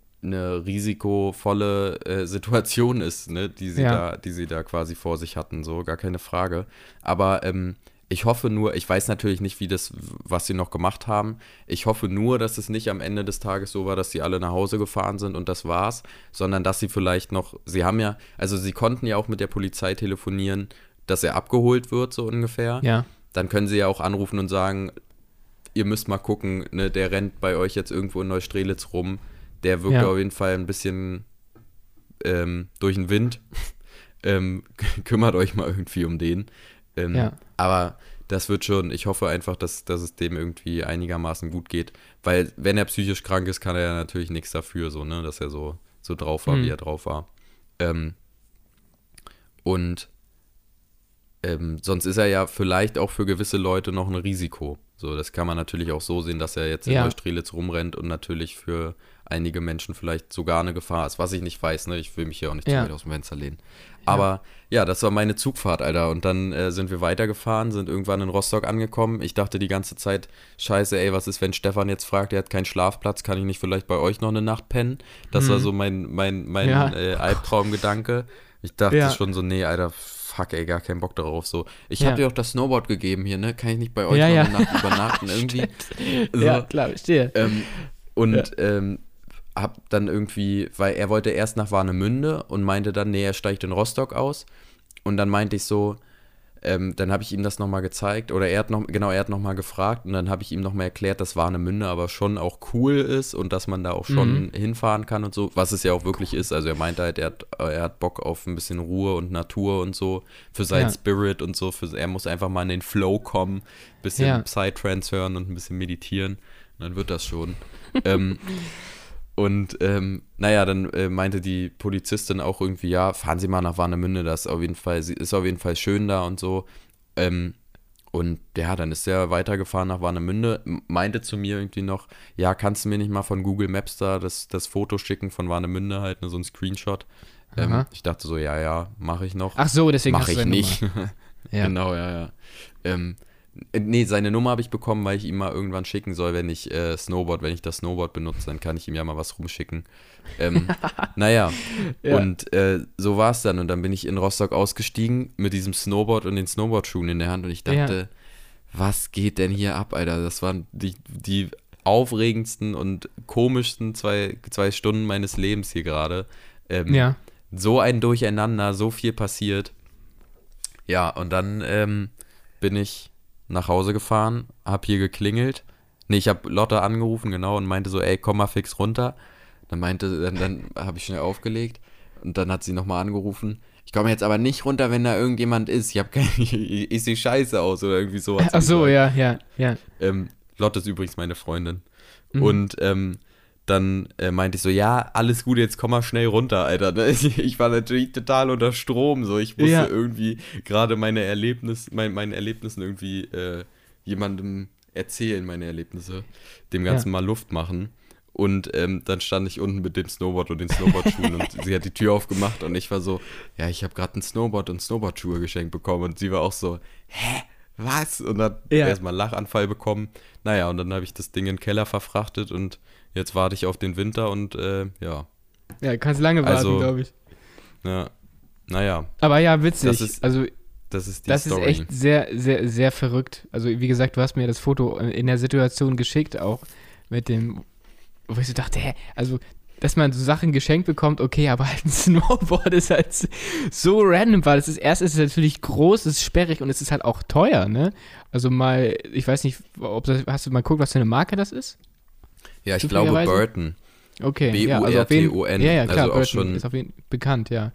risikovolle Situation ist, ne, die sie da quasi vor sich hatten, so, gar keine Frage. Aber ich hoffe nur, ich weiß natürlich nicht, was sie noch gemacht haben. Ich hoffe nur, dass es nicht am Ende des Tages so war, dass sie alle nach Hause gefahren sind und das war's, sondern dass sie vielleicht noch, sie konnten ja auch mit der Polizei telefonieren, dass er abgeholt wird, so ungefähr. Ja. Dann können sie ja auch anrufen und sagen, ihr müsst mal gucken, ne, der rennt bei euch jetzt irgendwo in Neustrelitz rum. Der wirkt auf jeden Fall ein bisschen durch den Wind. Kümmert euch mal irgendwie um den. Aber das wird schon, ich hoffe einfach, dass es dem irgendwie einigermaßen gut geht. Weil, wenn er psychisch krank ist, kann er ja natürlich nichts dafür, so, ne, dass er so drauf war, wie er drauf war. Und sonst ist er ja vielleicht auch für gewisse Leute noch ein Risiko. So, das kann man natürlich auch so sehen, dass er jetzt in Neustrelitz rumrennt und natürlich für einige Menschen vielleicht sogar eine Gefahr ist, was ich nicht weiß, ne? Ich will mich hier auch nicht zu weit aus dem Fenster lehnen. Aber ja, das war meine Zugfahrt, Alter. Und dann sind wir weitergefahren, sind irgendwann in Rostock angekommen. Ich dachte die ganze Zeit, scheiße, ey, was ist, wenn Stefan jetzt fragt, er hat keinen Schlafplatz, kann ich nicht vielleicht bei euch noch eine Nacht pennen? Das war so mein Albtraumgedanke. Ich dachte schon so, nee, Alter, fuck, ey, gar keinen Bock darauf. So, ich habe dir auch das Snowboard gegeben hier, ne? Kann ich nicht bei euch noch eine Nacht übernachten irgendwie? So, ja, klar, verstehe. Hab dann irgendwie, weil er wollte erst nach Warnemünde und meinte dann, nee, er steigt in Rostock aus. Und dann meinte ich so, dann habe ich ihm das nochmal gezeigt, oder er hat nochmal gefragt und dann habe ich ihm nochmal erklärt, dass Warnemünde aber schon auch cool ist und dass man da auch schon hinfahren kann und so, was es ja auch wirklich ist. Also er meinte halt, er hat Bock auf ein bisschen Ruhe und Natur und so, für seinen Spirit und so, er muss einfach mal in den Flow kommen, ein bisschen Psytrance hören und ein bisschen meditieren und dann wird das schon. Und dann meinte die Polizistin auch irgendwie, ja, fahren Sie mal nach Warnemünde, ist auf jeden Fall schön da und so. Und ja, dann ist er weitergefahren nach Warnemünde, meinte zu mir irgendwie noch, ja, kannst du mir nicht mal von Google Maps da das Foto schicken von Warnemünde halt, ne, so ein Screenshot. Ich dachte so, ja, mache ich noch. Ach so, deswegen mache ich nicht. Ja. Genau, ja. Nee, seine Nummer habe ich bekommen, weil ich ihm mal irgendwann schicken soll, wenn ich das Snowboard benutze, dann kann ich ihm ja mal was rumschicken. Und so war es dann. Und dann bin ich in Rostock ausgestiegen mit diesem Snowboard und den Snowboardschuhen in der Hand und ich dachte, was geht denn hier ab, Alter? Das waren die aufregendsten und komischsten zwei Stunden meines Lebens hier gerade. So ein Durcheinander, so viel passiert. Ja, und dann bin ich nach Hause gefahren, hab hier geklingelt. Nee, ich hab Lotte angerufen, genau, und meinte so, ey, komm mal fix runter. Dann habe ich schnell aufgelegt und dann hat sie nochmal angerufen. Ich komme jetzt aber nicht runter, wenn da irgendjemand ist. Ich sehe scheiße aus oder irgendwie so. Ach so, ja. Lotte ist übrigens meine Freundin. Und dann meinte ich so, ja, alles gut, jetzt komm mal schnell runter, Alter. Ich war natürlich total unter Strom, so. Ich musste irgendwie gerade meine Erlebnissen irgendwie jemandem erzählen, meine Erlebnisse, dem Ganzen mal Luft machen. Und dann stand ich unten mit dem Snowboard und den Snowboardschuhen und sie hat die Tür aufgemacht und ich war so, ja, ich habe gerade ein Snowboard und Snowboardschuhe geschenkt bekommen und sie war auch so, hä? Was? Und hat erstmal einen Lachanfall bekommen. Naja, und dann habe ich das Ding in den Keller verfrachtet und jetzt warte ich auf den Winter und ja. Ja, kannst lange warten, glaube ich. Ja, naja. Aber ja, witzig. Das ist die Story. Ist echt sehr, sehr, sehr verrückt. Also wie gesagt, du hast mir das Foto in der Situation geschickt, auch mit dem, wo ich so dachte, also dass man so Sachen geschenkt bekommt, okay, aber halt ein Snowboard ist halt so random, weil erst ist es natürlich groß, es ist sperrig und es ist halt auch teuer, ne? Also mal, ich weiß nicht, hast du mal geguckt, was für eine Marke das ist? Ja, ich glaube Burton. Okay, B-U-R-T-O-N. Ja, klar, also Burton auch schon ist auf jeden Fall bekannt, ja.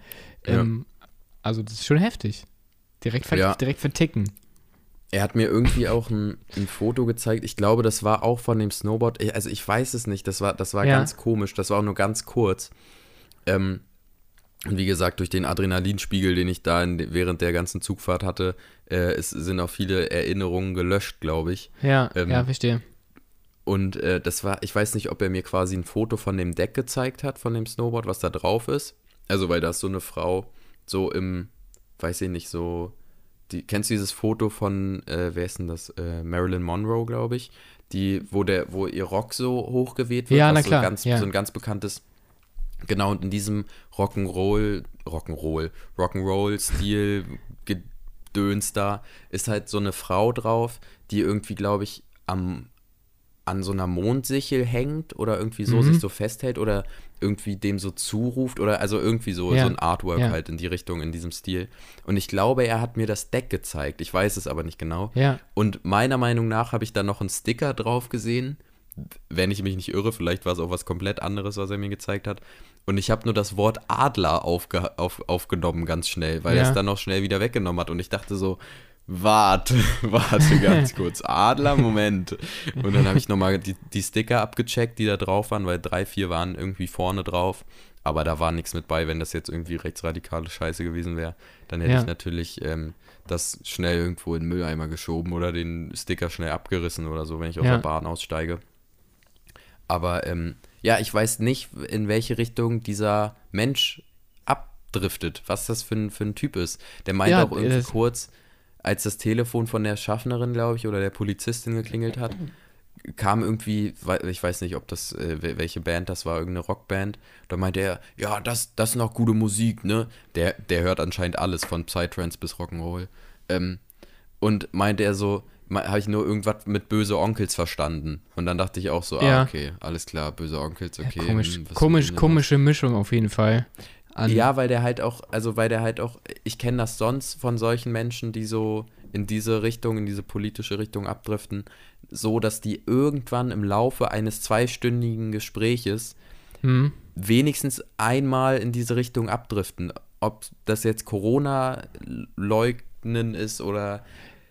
Also das ist schon heftig. Direkt verticken. Er hat mir irgendwie auch ein Foto gezeigt. Ich glaube, das war auch von dem Snowboard. Also ich weiß es nicht. Das war ganz komisch. Das war auch nur ganz kurz. Und wie gesagt, durch den Adrenalinspiegel, den ich da während der ganzen Zugfahrt hatte, sind auch viele Erinnerungen gelöscht, glaube ich. Ja, verstehe. Und ich weiß nicht, ob er mir quasi ein Foto von dem Deck gezeigt hat, von dem Snowboard, was da drauf ist. Also, weil da ist so eine Frau so weiß ich nicht, so, kennst du dieses Foto von, wer ist denn das? Marilyn Monroe, glaube ich, wo ihr Rock so hochgeweht wird. Ja, na klar. So ein ganz bekanntes, genau, und in diesem Rock'n'Roll-Stil Gedöns da ist halt so eine Frau drauf, die irgendwie, glaube ich, an so einer Mondsichel hängt oder irgendwie so sich so festhält oder irgendwie dem so zuruft oder also irgendwie so ein Artwork halt in die Richtung, in diesem Stil. Und ich glaube, er hat mir das Deck gezeigt. Ich weiß es aber nicht genau. Ja. Und meiner Meinung nach habe ich da noch einen Sticker drauf gesehen. Wenn ich mich nicht irre, vielleicht war es auch was komplett anderes, was er mir gezeigt hat. Und ich habe nur das Wort Adler aufgenommen ganz schnell, weil er es dann noch schnell wieder weggenommen hat. Und ich dachte so, warte ganz kurz. Adler, Moment. Und dann habe ich nochmal die Sticker abgecheckt, die da drauf waren, weil 3, 4 waren irgendwie vorne drauf. aber da war nichts mit bei. Wenn das jetzt irgendwie rechtsradikale Scheiße gewesen wäre, dann hätte ich natürlich das schnell irgendwo in den Mülleimer geschoben oder den Sticker schnell abgerissen oder so, wenn ich aus der Bahn aussteige. Aber ich weiß nicht, in welche Richtung dieser Mensch abdriftet, was das für ein Typ ist. Der meint auch irgendwie kurz, als das Telefon von der Schaffnerin, glaube ich, oder der Polizistin geklingelt hat, kam irgendwie, ich weiß nicht, ob das, welche Band das war, irgendeine Rockband. Da meinte er, ja, das ist noch gute Musik, ne? Der hört anscheinend alles, von Psytrance bis Rock'n'Roll. Und meinte er so, habe ich nur irgendwas mit böse Onkels verstanden. Und dann dachte ich auch so, okay, alles klar, böse Onkels, okay. Ja, komische Mischung auf jeden Fall. Ja, weil der halt auch, ich kenne das sonst von solchen Menschen, die so in diese Richtung, in diese politische Richtung abdriften, so, dass die irgendwann im Laufe eines 2-stündigen Gespräches wenigstens einmal in diese Richtung abdriften. Ob das jetzt Corona-Leugnen ist oder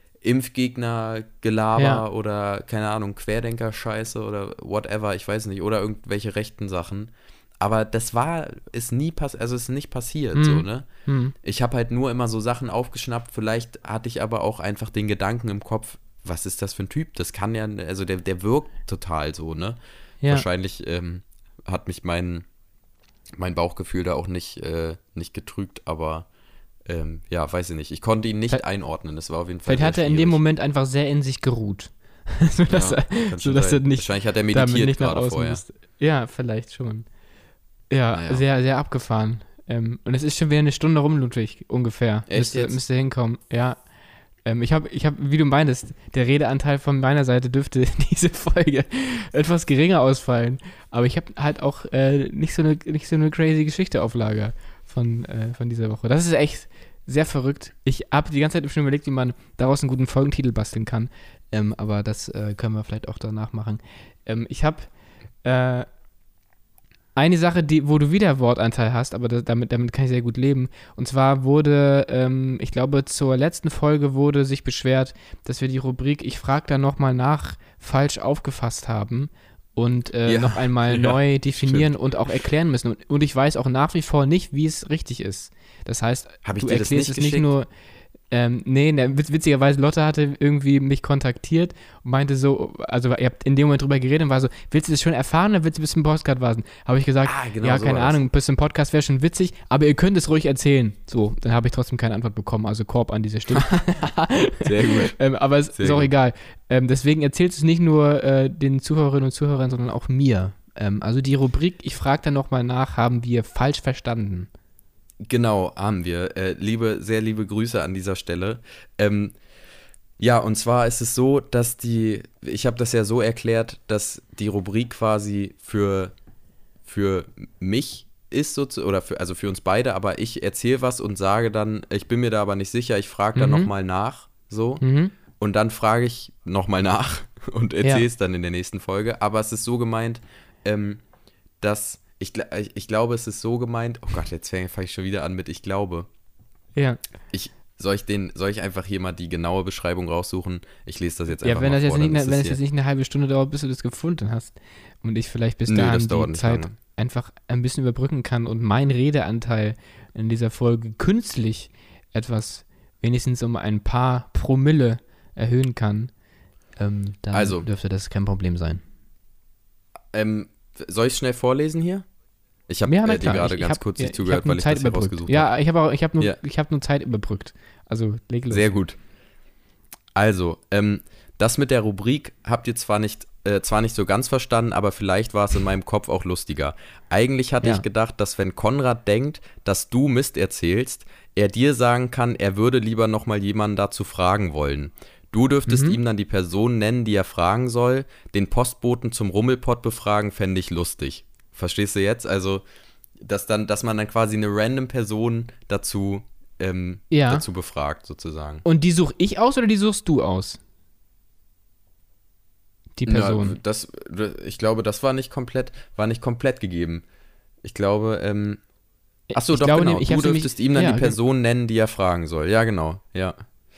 Impfgegner-Gelaber oder, keine Ahnung, Querdenker-Scheiße oder whatever, ich weiß nicht, oder irgendwelche rechten Sachen. Aber ist nicht passiert, so, ne? Ich habe halt nur immer so Sachen aufgeschnappt, vielleicht hatte ich aber auch einfach den Gedanken im Kopf, was ist das für ein Typ? Das kann ja, also der wirkt total so, ne? Ja. Wahrscheinlich hat mich mein Bauchgefühl da auch nicht getrügt, aber weiß ich nicht. Ich konnte ihn nicht einordnen, das war auf jeden Fall vielleicht hat er in dem Moment einfach sehr in sich geruht. sodass er nicht, wahrscheinlich hat er meditiert gerade vorher. Ja, vielleicht schon. Ja, sehr, sehr abgefahren. Und es ist schon wieder eine Stunde rum, Ludwig, ungefähr. Müsste hinkommen. Ja. Ich hab, wie du meintest, der Redeanteil von meiner Seite dürfte diese Folge etwas geringer ausfallen. Aber ich habe halt auch nicht so eine crazy Geschichte auf Lager von dieser Woche. Das ist echt sehr verrückt. Ich habe die ganze Zeit schon überlegt, wie man daraus einen guten Folgentitel basteln kann. Aber das können wir vielleicht auch danach machen. Ich habe eine Sache, wo du wieder Wortanteil hast, aber damit kann ich sehr gut leben. Und zwar wurde, ich glaube, zur letzten Folge wurde sich beschwert, dass wir die Rubrik Ich frag da nochmal nach falsch aufgefasst haben und noch einmal neu definieren und auch erklären müssen. Und ich weiß auch nach wie vor nicht, wie es richtig ist. Das heißt, du erklärst es nicht nur. Witzigerweise, Lotte hatte irgendwie mich kontaktiert und meinte so, also ihr habt in dem Moment drüber geredet und war so, willst du das schon erfahren oder willst du bis zum Podcast warten? Habe ich gesagt, keine Ahnung, bis zum Podcast wäre schon witzig, aber ihr könnt es ruhig erzählen. So, dann habe ich trotzdem keine Antwort bekommen, also Korb an dieser Stelle. Sehr gut. Aber es ist auch egal. Deswegen erzählst du es nicht nur den Zuhörerinnen und Zuhörern, sondern auch mir. Also die Rubrik, ich frage dann nochmal nach, haben wir falsch verstanden. Genau, haben wir. Sehr liebe Grüße an dieser Stelle. Und zwar ist es so, dass ich habe das ja so erklärt, dass die Rubrik quasi für mich ist, oder für uns beide, aber ich erzähle was und sage dann, ich bin mir da aber nicht sicher, ich frage dann nochmal nach, so, und dann frage ich nochmal nach und erzähle es dann in der nächsten Folge, aber es ist so gemeint, dass ich glaube, es ist so gemeint, oh Gott, jetzt fange ich schon wieder an mit ich glaube. Ja. Soll ich einfach hier mal die genaue Beschreibung raussuchen? Ich lese das jetzt einfach mal vor. Wenn es jetzt nicht eine halbe Stunde dauert, bis du das gefunden hast und ich vielleicht bis dahin die Zeit einfach ein bisschen überbrücken kann und mein Redeanteil in dieser Folge künstlich etwas, wenigstens um ein paar Promille erhöhen kann, dann dürfte das kein Problem sein. Soll ich schnell vorlesen hier? Ich habe dir gerade ganz kurz nicht zugehört, weil ich das hier rausgesucht habe. Ja, ich habe nur Zeit überbrückt. Also leg los. Sehr gut. Also, das mit der Rubrik habt ihr zwar nicht so ganz verstanden, aber vielleicht war es in meinem Kopf auch lustiger. Eigentlich hatte ich gedacht, dass wenn Konrad denkt, dass du Mist erzählst, er dir sagen kann, er würde lieber nochmal jemanden dazu fragen wollen. Du dürftest ihm dann die Person nennen, die er fragen soll. Den Postboten zum Rummelpott befragen, fände ich lustig. Verstehst du jetzt? Also, dass man dann quasi eine random Person dazu befragt, sozusagen. Und die suche ich aus oder die suchst du aus? Die Person. Ja, ich glaube, das war nicht komplett gegeben. Ich glaube, achso, doch, genau. Du dürftest ihm dann die Person nennen, die er fragen soll. Ja, genau, ja.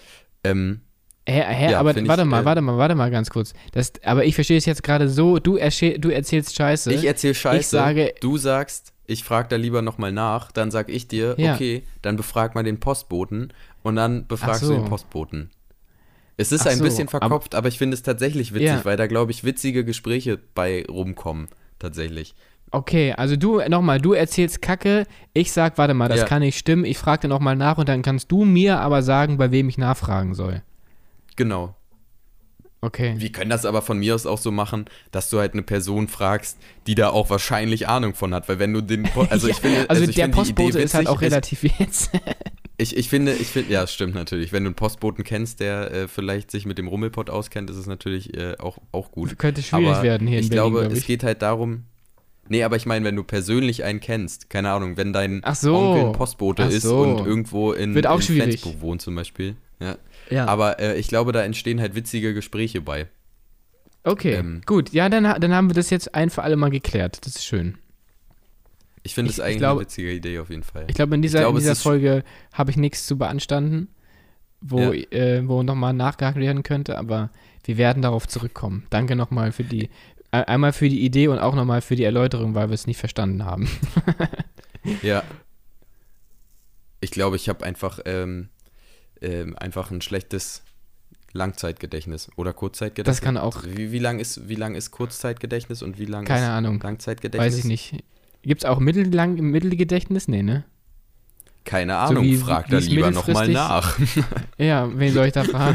Aber warte mal ganz kurz. Aber ich verstehe es jetzt gerade so, du erzählst Scheiße. Ich erzähle Scheiße, du sagst, ich frage da lieber nochmal nach, dann sag ich dir, Ja. okay, dann befrag mal den Postboten und dann befragst Ach du so. den Postboten. Es ist Ach ein so, bisschen verkopft, aber ich finde es tatsächlich witzig, Ja. weil da, glaube ich, witzige Gespräche bei rumkommen, tatsächlich. Okay, also du erzählst Kacke, ich sag, warte mal, das Ja. kann nicht stimmen, ich frage dann nochmal nach und dann kannst du mir aber sagen, bei wem ich nachfragen soll. Genau. Okay. Wir können das aber von mir aus auch so machen, dass du halt eine Person fragst, die da auch wahrscheinlich Ahnung von hat, weil wenn du den, also ich finde, Also ich der finde die Idee Postbote ist halt witzig. auch relativ jetzt. Ich finde, ja, stimmt natürlich. Wenn du einen Postboten kennst, der vielleicht sich mit dem Rummelpott auskennt, ist es natürlich auch gut. Könnte schwierig Aber werden hier in ich Berlin, glaube, glaub es geht halt darum, nee, aber ich meine, wenn du persönlich einen kennst, keine Ahnung, wenn dein Ach so. Onkel ein Postbote Ach ist so. und irgendwo in Wird auch schwierig. Flensburg wohnt zum Beispiel, ja. Ja. Aber ich glaube, da entstehen halt witzige Gespräche bei. Okay, gut. Ja, dann haben wir das jetzt ein für alle Mal geklärt. Das ist schön. Ich finde Ich- es ich eigentlich glaube- eine witzige Idee auf jeden Fall. Ich glaube, in dieser glaube, es ist- Folge habe ich nichts zu beanstanden, wo nochmal nachgehakt werden könnte, aber wir werden darauf zurückkommen. Danke nochmal für die, einmal für die Idee und auch nochmal für die Erläuterung, weil wir es nicht verstanden haben. Ja. Ich glaube, ich habe einfach ein schlechtes Langzeitgedächtnis oder Kurzzeitgedächtnis. Das kann auch, Wie lang ist Kurzzeitgedächtnis und wie lang keine ist Ahnung, Langzeitgedächtnis? weiß ich nicht. Gibt es auch Mittelgedächtnis? Nee, ne? Keine Ahnung, wie- frag wie da es lieber nochmal mittelfristig- nach. Ja, wen soll ich da fragen?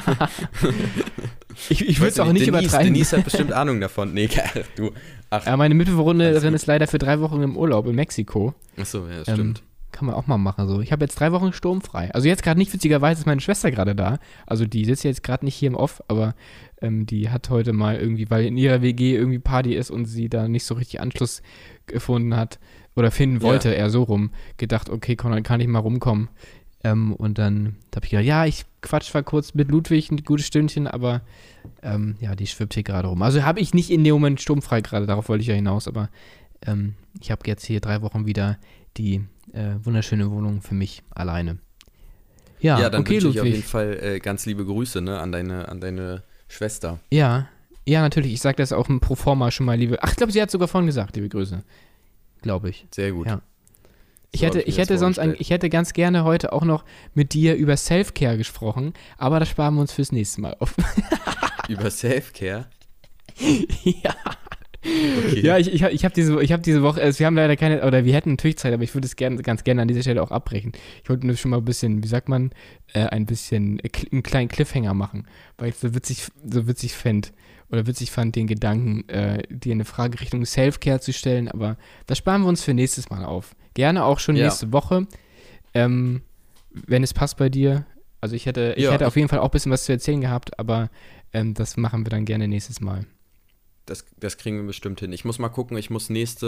ich würde es auch nicht übertreiben. Denise hat bestimmt Ahnung davon. Nee, du. Ach, Meine Mitbewohnerin Alles gut. ist leider für 3 Wochen im Urlaub in Mexiko. achso, ja, das stimmt. Kann man auch mal machen so. Ich habe jetzt 3 Wochen sturmfrei. Also jetzt gerade nicht, witzigerweise ist meine Schwester gerade da. Also die sitzt jetzt gerade nicht hier im Off, aber die hat heute mal irgendwie, weil in ihrer WG irgendwie Party ist und sie da nicht so richtig Anschluss gefunden hat oder finden wollte, eher so rum, gedacht, okay, kann ich mal rumkommen. Und dann habe ich gedacht, ja, ich quatsch zwar kurz mit Ludwig ein gutes Stündchen, aber ja, die schwirbt hier gerade rum. Also habe ich nicht in dem Moment sturmfrei gerade, darauf wollte ich ja hinaus, aber ich habe jetzt hier 3 Wochen wieder die wunderschöne Wohnung für mich alleine. Ja, Ja, dann okay, wünsche ich auf Ludwig. jeden Fall ganz liebe Grüße, ne, an deine Schwester. Ja, natürlich, ich sage das auch im Proforma schon mal, liebe. Ach, ich glaube, sie hat sogar vorhin gesagt, liebe Grüße. Glaube ich. Sehr gut. Ja. Ich So hab hätte, mir das vorgestellt. ich hätte ganz gerne heute auch noch mit dir über Self-Care gesprochen, aber das sparen wir uns fürs nächste Mal auf. Über Self-Care? Ja. Okay. Ja, ich habe diese Woche, also wir haben leider keine, oder wir hätten natürlich Zeit, aber ich würde es ganz gerne an dieser Stelle auch abbrechen. Ich wollte nur schon mal ein bisschen, wie sagt man, einen kleinen Cliffhanger machen, weil ich so witzig fand, den Gedanken, dir eine Frage Richtung Self-Care zu stellen, aber das sparen wir uns für nächstes Mal auf. Gerne auch schon Ja. nächste Woche, wenn es passt bei dir. Also ich hätte auf jeden Fall auch ein bisschen was zu erzählen gehabt, aber das machen wir dann gerne nächstes Mal. Das kriegen wir bestimmt hin. Ich muss mal gucken, ich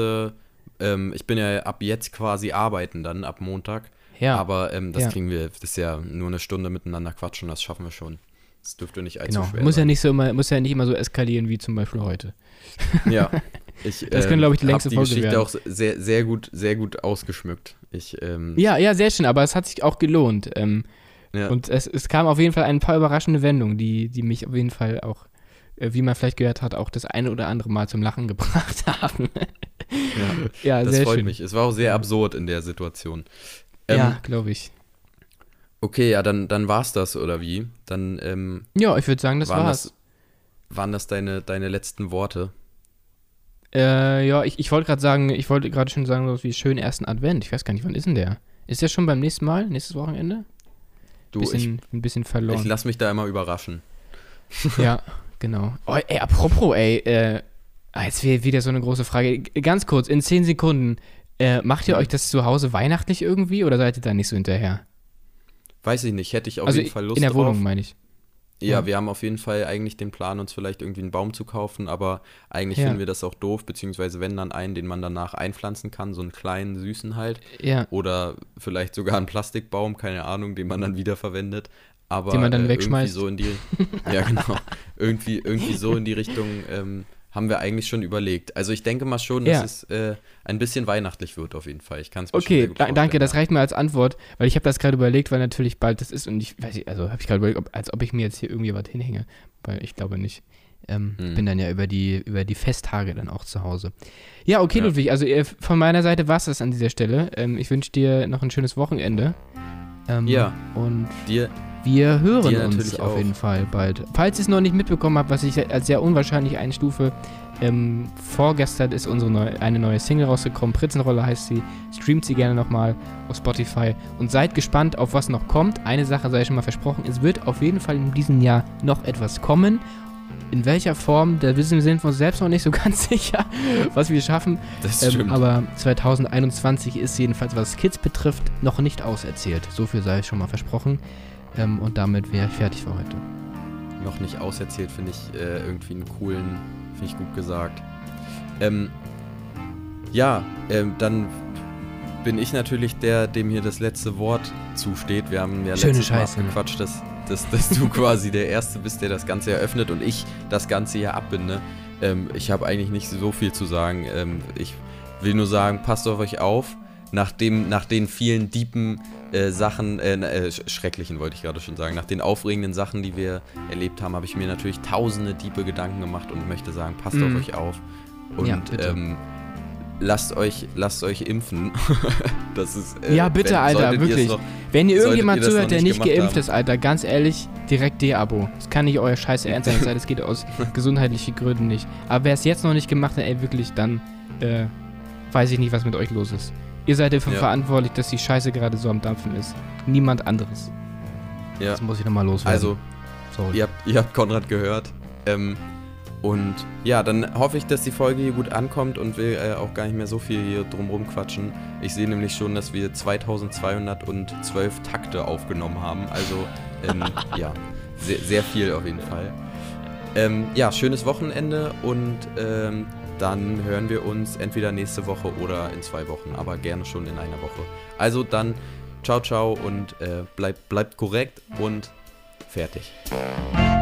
bin ja ab jetzt quasi arbeiten dann, ab Montag. Ja, Aber das Ja. kriegen wir, das ist ja nur eine Stunde miteinander quatschen, das schaffen wir schon. Das dürfte nicht allzu genau. schwer Muss ja sein. nicht immer so eskalieren wie zum Beispiel heute. Ja. Das könnte, glaube ich, die längste hab die Folge Geschichte werden. auch sehr gut ausgeschmückt. Ja, sehr schön, aber es hat sich auch gelohnt. Ja. Und es kam auf jeden Fall ein paar überraschende Wendungen, die mich auf jeden Fall auch, wie man vielleicht gehört hat, auch das eine oder andere Mal zum Lachen gebracht haben. Ja, das sehr freut schön. mich. Es war auch sehr absurd in der Situation. Ja, glaube ich. Okay, ja, dann war's das, oder wie? Dann Ja, ich würde sagen, das waren war's. waren das deine letzten Worte? Ja, ich wollte gerade schon sagen, sowas wie schönen ersten Advent. Ich weiß gar nicht, wann ist denn der? Ist der schon beim nächsten Mal? Nächstes Wochenende? Du, Ein bisschen ich verloren. lass mich da immer überraschen. Ja, genau. Oh, ey, apropos, jetzt wieder so eine große Frage. Ganz kurz, in 10 Sekunden, macht ihr euch das zu Hause weihnachtlich irgendwie oder seid ihr da nicht so hinterher? Weiß ich nicht, hätte ich auf Also jeden Fall Lust in der drauf. Wohnung, meine ich. Ja, Ja. wir haben auf jeden Fall eigentlich den Plan, uns vielleicht irgendwie einen Baum zu kaufen, aber eigentlich Ja. finden wir das auch doof, beziehungsweise wenn dann einen, den man danach einpflanzen kann, so einen kleinen, süßen halt. Ja, Oder vielleicht sogar einen Plastikbaum, keine Ahnung, den man dann wiederverwendet. Aber Den man dann irgendwie wegschmeißt. so in die, ja genau, irgendwie so in die Richtung haben wir eigentlich schon überlegt. Also ich denke mal schon, Ja. dass es ein bisschen weihnachtlich wird auf jeden Fall. Ich kann es mir schon okay, sehr gut vorstellen. danke, das ja. reicht mir als Antwort, weil ich habe das gerade überlegt, weil natürlich bald das ist und ich weiß nicht, also habe ich gerade überlegt, als ob ich mir jetzt hier irgendwie was hinhänge, weil ich glaube nicht. Ich bin dann ja über die Festtage dann auch zu Hause. Ja, okay, Ludwig, also von meiner Seite war es das an dieser Stelle. Ich wünsche dir noch ein schönes Wochenende. Und wir hören uns auf jeden Fall bald. Falls ihr es noch nicht mitbekommen habt, was ich als sehr unwahrscheinlich einstufe, vorgestern ist eine neue Single rausgekommen. Pritzenrolle heißt sie. Streamt sie gerne nochmal auf Spotify. Und seid gespannt, auf was noch kommt. Eine Sache sei schon mal versprochen. Es wird auf jeden Fall in diesem Jahr noch etwas kommen. In welcher Form, da sind wir uns selbst noch nicht so ganz sicher, was wir schaffen. Das stimmt. Aber 2021 ist jedenfalls, was Kids betrifft, noch nicht auserzählt. So viel sei schon mal versprochen. Und damit wäre ich fertig für heute. Noch nicht auserzählt, finde ich irgendwie einen coolen, finde ich gut gesagt. Dann bin ich natürlich der, dem hier das letzte Wort zusteht. Wir haben ja letztes Mal gequatscht, dass du quasi der Erste bist, der das Ganze eröffnet und ich das Ganze hier abbinde. Ich habe eigentlich nicht so viel zu sagen. Ich will nur sagen, passt auf euch auf. Nach den vielen deepen schrecklichen wollte ich gerade schon sagen, nach den aufregenden Sachen, die wir erlebt haben, habe ich mir natürlich tausende diepe Gedanken gemacht und möchte sagen, passt auf euch auf. Und lasst euch impfen. Das ist, ja, bitte, Alter, wirklich. Wenn ihr irgendjemand zuhört, der nicht geimpft ist, Alter, ganz ehrlich, direkt De-Abo. Das kann nicht euer scheiß Ernst sein, das geht aus gesundheitlichen Gründen nicht. Aber wer es jetzt noch nicht gemacht hat, wirklich, dann weiß ich nicht, was mit euch los ist. Ihr seid dafür verantwortlich, dass die Scheiße gerade so am Dampfen ist. Niemand anderes. Ja. Das muss ich nochmal loswerden. Also, sorry. Ihr habt Konrad gehört. Und ja, dann hoffe ich, dass die Folge hier gut ankommt und will auch gar nicht mehr so viel hier drumrum quatschen. Ich sehe nämlich schon, dass wir 2212 Takte aufgenommen haben. Also, sehr, sehr viel auf jeden Fall. Schönes Wochenende und dann hören wir uns entweder nächste Woche oder in 2 Wochen, aber gerne schon in einer Woche. Also dann, ciao, ciao und bleibt korrekt und fertig.